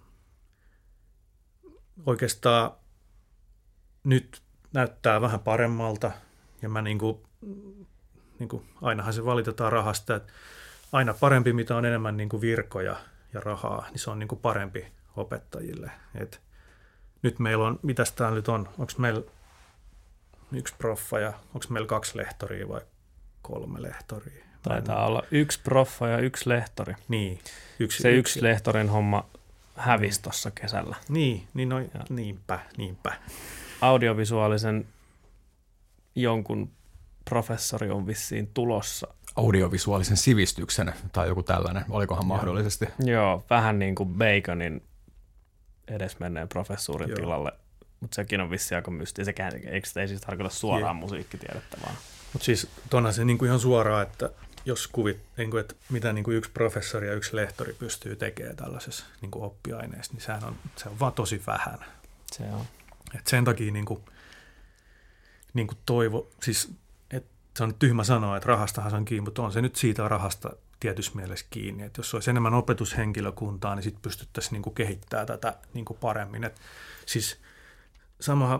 oikeastaan nyt näyttää vähän paremmalta ja mä niin kuin ainahan se valitetaan rahasta, että aina parempi, mitä on enemmän niin kuin virkoja ja rahaa, niin se on niin kuin parempi opettajille. Et nyt meillä on, mitäs täällä nyt on, onko meillä 1 proffa ja onko meillä 2 lehtoria vai 3 lehtoria? Taitaa olla 1 proffa ja 1 lehtori. Niin. Yksi lehtorin homma hävisi tuossa kesällä. Niinpä. Audiovisuaalisen jonkun professori on vissiin tulossa. Audiovisuaalisen sivistyksen tai joku tällainen, olikohan mahdollisesti? Joo, vähän niin kuin Baconin edesmenneen professuurin tilalle, mutta sekin on vissiin aika mystiä. Sekään ei siis tarkoita suoraan musiikkitiedettä vaan. Mutta siis onhan se niin kuin ihan suoraan, että jos että mitä niin kuin 1 professori ja 1 lehtori pystyy tekemään tällaisessa niin kuin oppiaineessa, niin se on vaan tosi vähän. Se on. Et sen takia niin kuin toivo, siis että se on tyhmä sanoa, että rahastahan se on kiinni, mutta on se nyt siitä rahasta tietyssä mielessä kiinni. Että jos olisi enemmän opetushenkilökuntaa, niin sitten pystyttäisiin niin kuin kehittämään tätä niin kuin paremmin. Et siis samahan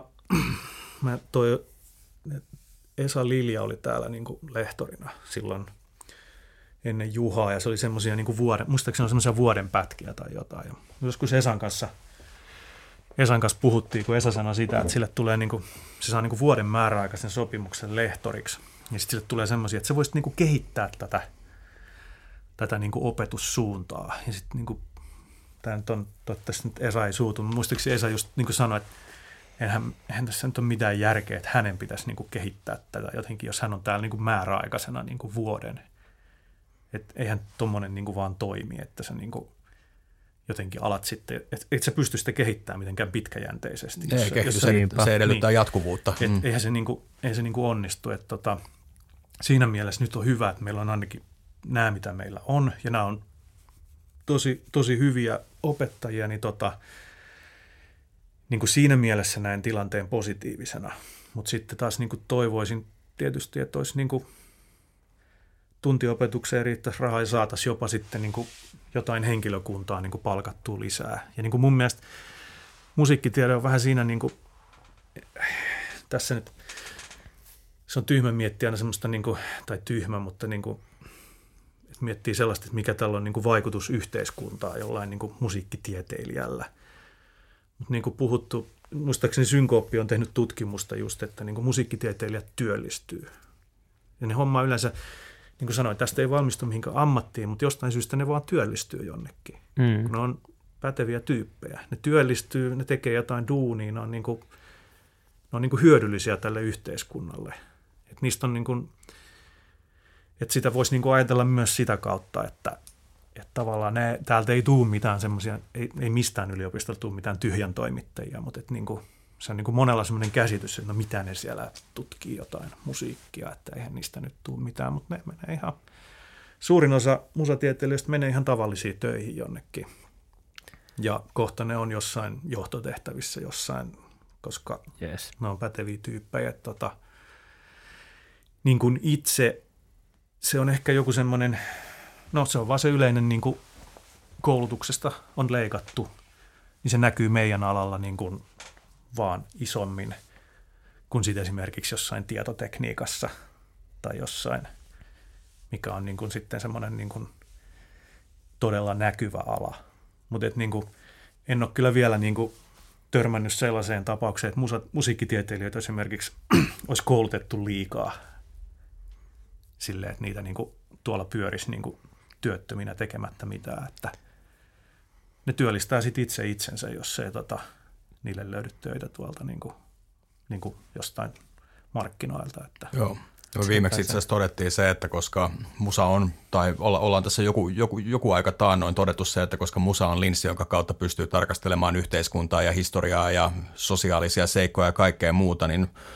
Esa Lilja oli täällä niin kuin lehtorina silloin ennen Juhaa, ja se oli semmoisia niin kuin muistaakseni on semmoisia vuoden pätkiä tai jotain. Ja joskus Esan kanssa puhuttiin, kun Esa sanoi sitä, että sille tulee se saa vuoden määräaikaisen sopimuksen lehtoriksi. Ja sitten sille tulee semmoisia, että sä voisit kehittää tätä opetussuuntaa. Ja sitten tämä nyt on, toivottavasti nyt Esa ei suutu, mutta muistaakseni Esa just sanoi, että eihän tässä nyt ole mitään järkeä, että hänen pitäisi kehittää tätä jotenkin, jos hän on täällä määräaikaisena vuoden. Että eihän tommoinen vaan toimi, että sä jotenkin alat sitten, et sä pysty sitä kehittämään mitenkään pitkäjänteisesti. Se edellyttää jatkuvuutta. Eihän se onnistu. Siinä mielessä nyt on hyvä, että meillä on ainakin nämä, mitä meillä on, ja nämä on tosi hyviä opettajia, niin siinä mielessä näen tilanteen positiivisena. Mutta sitten taas toivoisin tietysti, että olisi tuntiopetukseen riittäisi rahaa ja saataisiin jopa sitten jotain henkilökuntaa palkattua lisää. Ja mun mielestä musiikkitiede on vähän siinä, tässä nyt se on tyhmä miettiä aina semmoista, tai tyhmä, mutta että miettii sellaista, että mikä tällä on vaikutus yhteiskuntaa jollain musiikkitieteilijällä. Mutta puhuttu, muistaakseni Synkooppi on tehnyt tutkimusta just, että musiikkitieteilijät työllistyy. Ja ne hommaa yleensä, niin kuin sanoin, tästä ei valmistu mihinkään ammattiin, mutta jostain syystä ne vaan työllistyy jonnekin. Kun ne on päteviä tyyppejä. Ne työllistyy, ne tekee jotain duunia, ne on hyödyllisiä tälle yhteiskunnalle. Et niistä on että sitä voisi ajatella myös sitä kautta, että tavallaan täältä ei tule mitään semmoisia, ei mistään yliopistolta tule mitään tyhjän toimittajia, mutta se on monella semmoinen käsitys, että no mitä ne siellä tutkii jotain musiikkia, että eihän niistä nyt tule mitään, mutta ne menee ihan, suurin osa musatieteilijöistä menee ihan tavallisiin töihin jonnekin. Ja kohta ne on jossain johtotehtävissä jossain, koska ne on päteviä tyyppejä. Niin kuin itse, se on ehkä joku semmoinen, no se on vaan se yleinen koulutuksesta on leikattu, niin se näkyy meidän alalla vaan isommin kuin sitten esimerkiksi jossain tietotekniikassa tai jossain, mikä on sitten semmoinen todella näkyvä ala. Mutta en ole kyllä vielä törmännyt sellaiseen tapaukseen, että musiikkitieteilijöitä esimerkiksi olisi koulutettu liikaa silleen, että niitä tuolla pyörisi työttöminä tekemättä mitään, että ne työllistää sitten itse itsensä, jos ei niille löydy töitä tuolta jostain markkinoilta. Että joo. Viimeksi itse asiassa todettiin se, että koska musa on, tai ollaan tässä joku aika taannoin todettu se, että koska musa on linssi, jonka kautta pystyy tarkastelemaan yhteiskuntaa ja historiaa ja sosiaalisia seikkoja ja kaikkea muuta, niin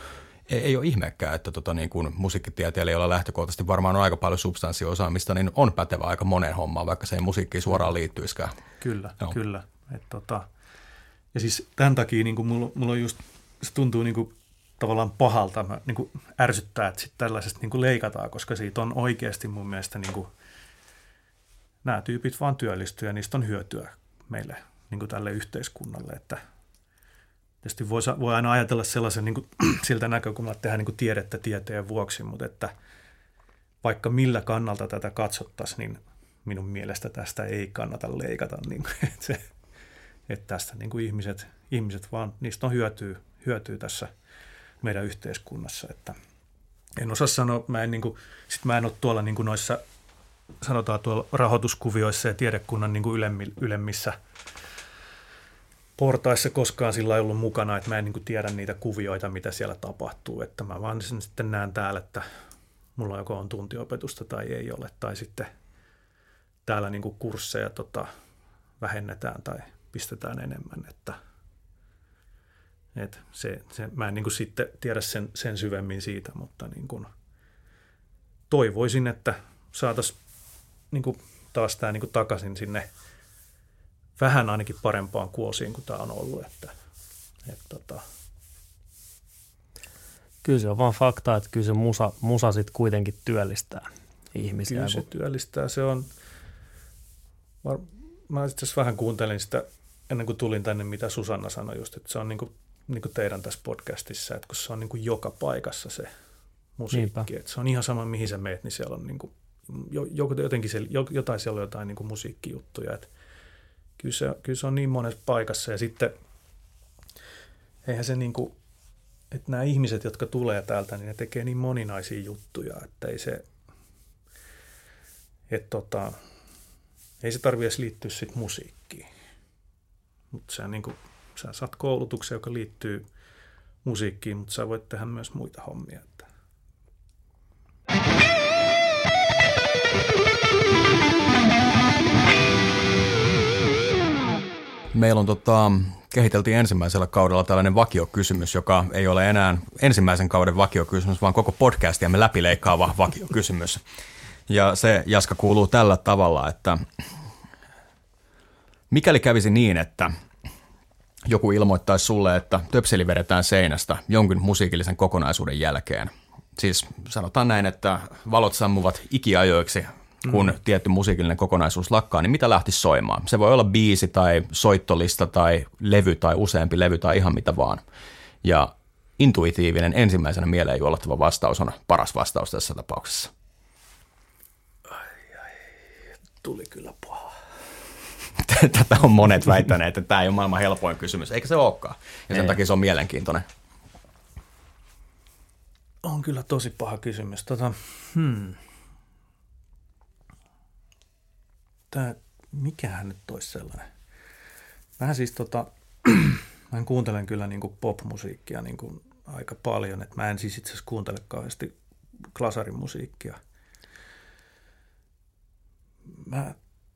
Ei ole ihmeekään, että niin kuin musiikkitieteellä, jolla lähtökohtaisesti varmaan on aika paljon substanssiosaamista, niin on pätevä aika moneen hommaan, vaikka se ei musiikkiin suoraan liittyisikään. Kyllä, kyllä. Ja siis tämän takia niin kuin mulla on just, se tuntuu niin kuin tavallaan pahalta, niin kuin ärsyttää, että sitten tällaisesta niin kuin leikataan, koska siitä on oikeasti mun mielestä niin kuin, nämä tyypit vaan työllistyy ja niistä on hyötyä meille niin kuin tälle yhteiskunnalle, että tietysti voi aina ajatella sellaisen niin kuin, siltä näkökulmalla, että tehdään niin kuin tiedettä tieteen vuoksi, mutta että vaikka millä kannalta tätä katsottaisiin, niin minun mielestä tästä ei kannata leikata. Niin kuin, että tästä niin kuin ihmiset vaan, niistä on hyötyä tässä meidän yhteiskunnassa. Että en osaa sanoa, mä en ole tuolla niin kuin noissa, sanotaan tuolla rahoituskuvioissa ja tiedekunnan niin kuin ylemmissä portaissa koskaan sillä ei ollut mukana, että mä en niin kuin tiedä niitä kuvioita, mitä siellä tapahtuu. Että mä vaan sitten näen täällä, että mulla joko on tuntiopetusta tai ei ole, tai sitten täällä niin kuin kursseja vähennetään tai pistetään enemmän. Että mä en niin kuin sitten tiedä sen syvemmin siitä, mutta niin kuin toivoisin, että saataisiin niin kuin taas tämä niin kuin takaisin sinne vähän ainakin parempaan kuosiin kuin tämä on ollut. Kyllä se on vaan fakta, että kyllä se musa sitten kuitenkin työllistää ihmisiä. Kyllä se työllistää. Se on, mä itse asiassa vähän kuuntelin sitä ennen kuin tulin tänne, mitä Susanna sanoi just, että se on niin kuin teidän tässä podcastissa, että kun se on niin kuin joka paikassa se musiikki, että se on ihan sama mihin sä meet, niin siellä on niin kuin, jotain siellä on jotain niin kuin musiikkijuttuja, että kyllä se on niin monessa paikassa ja sitten eihän se niin kuin, että nämä ihmiset, jotka tulee täältä, niin ne tekee niin moninaisia juttuja, että ei se tarvitse edes liittyä sitten musiikkiin. Mutta sä saat koulutuksen, joka liittyy musiikkiin, mutta sä voit tehdä myös muita hommia. Meillä on kehiteltiin ensimmäisellä kaudella tällainen vakiokysymys, joka ei ole enää ensimmäisen kauden vakiokysymys, vaan koko podcastiamme läpileikkaava vakiokysymys. Ja se, Jaska, kuuluu tällä tavalla, että mikäli kävisi niin, että joku ilmoittaisi sulle, että töpseli vedetään seinästä jonkin musiikillisen kokonaisuuden jälkeen. Siis sanotaan näin, että valot sammuvat ikiajoiksi, kun tietty musiikillinen kokonaisuus lakkaa, niin mitä lähtisi soimaan? Se voi olla biisi tai soittolista tai levy tai useampi levy tai ihan mitä vaan. Ja intuitiivinen ensimmäisenä mieleen juollattava vastaus on paras vastaus tässä tapauksessa. Tuli kyllä paha. Tätä on monet väittäneet, että tämä ei ole maailman helpoin kysymys, eikä se olekaan. Ja sen takia se on mielenkiintoinen. On kyllä tosi paha kysymys. Mikähän nyt olisi sellainen? Mä siis mä kuuntelen kyllä niin kuin pop-musiikkia niin kuin aika paljon, että mä en siis itse asiassa kuuntele kauheasti klasarimusiikkia. Mä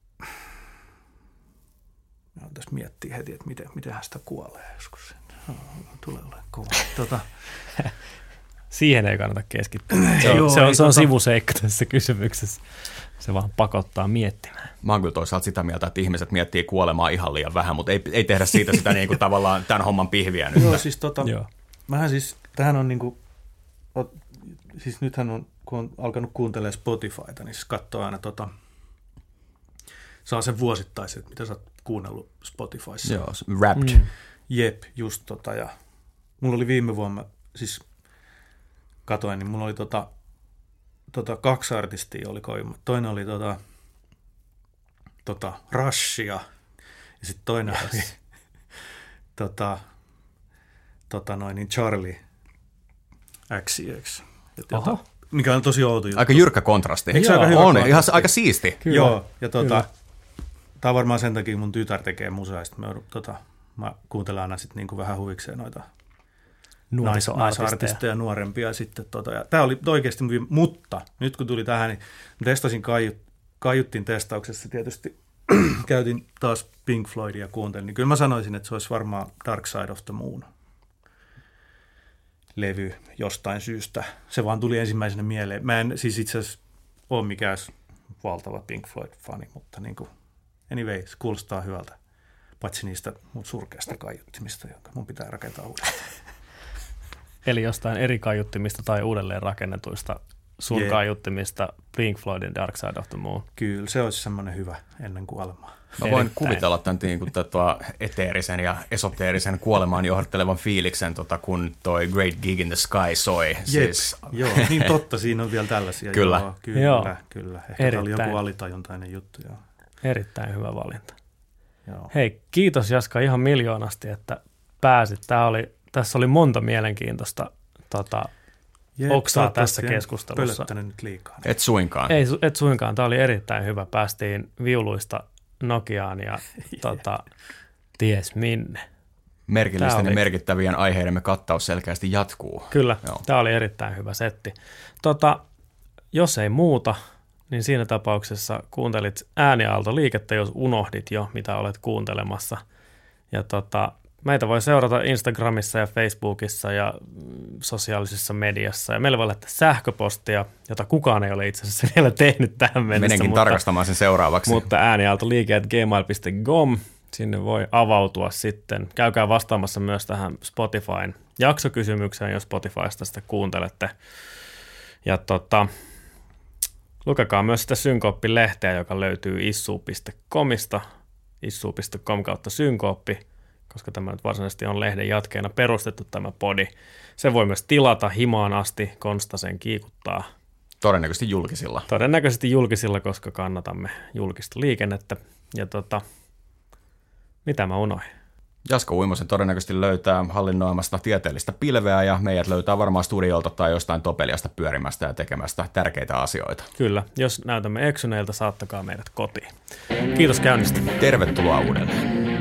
tässä miettiä heti, että mitenhän sitä kuolee joskus. Tulee olemaan kova. Siihen ei kannata keskittyä. Se on sivuseikka tässä kysymyksessä. Se vaan pakottaa miettimään. Mä oon kyllä toisaalta sitä mieltä, että ihmiset miettii kuolemaa ihan liian vähän, mutta ei tehdä siitä sitä niin kuin tavallaan tämän homman pihviä nyt. Joo, siis mähän siis, tämähän on niin kuin, siis nythän on, kun on alkanut kuuntelemaan Spotifyta, niin siis katsoo aina saa sen vuosittaisen, että mitä sä oot kuunnellut Spotifyssa. Joo, Wrapped. Jep, just ja mulla oli viime vuonna, siis katoin, niin mulla oli 2 artistia oli koima. Toinen oli Rushia ja sitten toinen oli niin Charlie XCX. Mikä on tosi outo juttu. Aika jyrkkä kontrasti. Eikö se aika hyvä on, kontrasti? ihan aika siisti. Kyllä. Joo, ja tämä on varmaan sen takia, mun tytär tekee musaa, ja mä kuuntelen aina sitten niinku vähän huvikseen noita naisartisteja nuorempia sitten. Ja tämä oli oikeasti, mutta nyt kun tuli tähän, niin testasin kaiuttin testauksessa tietysti, käytin taas Pink Floydia kuuntelin, niin kyllä mä sanoisin, että se olisi varmaan Dark Side of the Moon. levy jostain syystä. Se vaan tuli ensimmäisenä mieleen. Mä en siis itse asiassa ole mikään valtava Pink Floyd-fani, mutta niin kuin, anyway, se kuulostaa hyvältä. Paitsi niistä mun surkeasta kaiuttimista, jonka mun pitää rakentaa uudestaan. Eli jostain eri kaiuttimista tai uudelleen rakennetuista sun kaiuttimista Pink Floydin Dark Side of the Moon. Kyllä, se olisi semmoinen hyvä ennen kuolemaa. Mä voin kuvitella tämän eteerisen ja esoteerisen kuolemaan johdattelevan fiiliksen, kun toi Great Gig in the Sky soi. Siis... Joo, niin totta, siinä on vielä tällaisia. Kyllä. Kyllä. Ehkä tämä oli joku alitajuntainen juttu. Joo. Erittäin hyvä valinta. Joo. Hei, kiitos Jaska ihan miljoonasti, että pääsit. Tässä oli monta mielenkiintoista oksaa tässä keskustelussa. Pölöttänyt nyt liikaa. Et suinkaan. Et suinkaan. Tämä oli erittäin hyvä. Päästiin viuluista Nokiaan ja ties minne. Merkillisten ja merkittävien aiheidemme kattaus selkeästi jatkuu. Kyllä, tämä oli erittäin hyvä setti. Jos ei muuta, niin siinä tapauksessa kuuntelit ääniaaltoliikettä, jos unohdit jo, mitä olet kuuntelemassa. Ja meitä voi seurata Instagramissa ja Facebookissa ja sosiaalisessa mediassa. Ja meillä voi laittaa sähköpostia, jota kukaan ei ole itse asiassa vielä tehnyt tähän mennessä. Menenkin tarkastamaan sen seuraavaksi. Mutta ääniaaltoliike@gmail.com. Sinne voi avautua sitten. Käykää vastaamassa myös tähän Spotifyn jaksokysymykseen, jos Spotifysta sitä kuuntelette. Ja lukekaa myös sitä Synkooppi-lehteä, joka löytyy issu.comista, issu.com/synkooppi, koska tämä nyt varsinaisesti on lehden jatkeena perustettu tämä podi. Se voi myös tilata himaan asti, Konsta sen kiikuttaa. Todennäköisesti julkisilla. Koska kannatamme julkista liikennettä. Ja mitä mä unohdin? Jaska Uimosen todennäköisesti löytää hallinnoimasta tieteellistä pilveä ja meidät löytää varmaan studiolta tai jostain topeliasta pyörimästä ja tekemästä tärkeitä asioita. Kyllä, jos näytämme eksyneiltä, saattakaa meidät kotiin. Kiitos käynnistä. Tervetuloa uudelleen.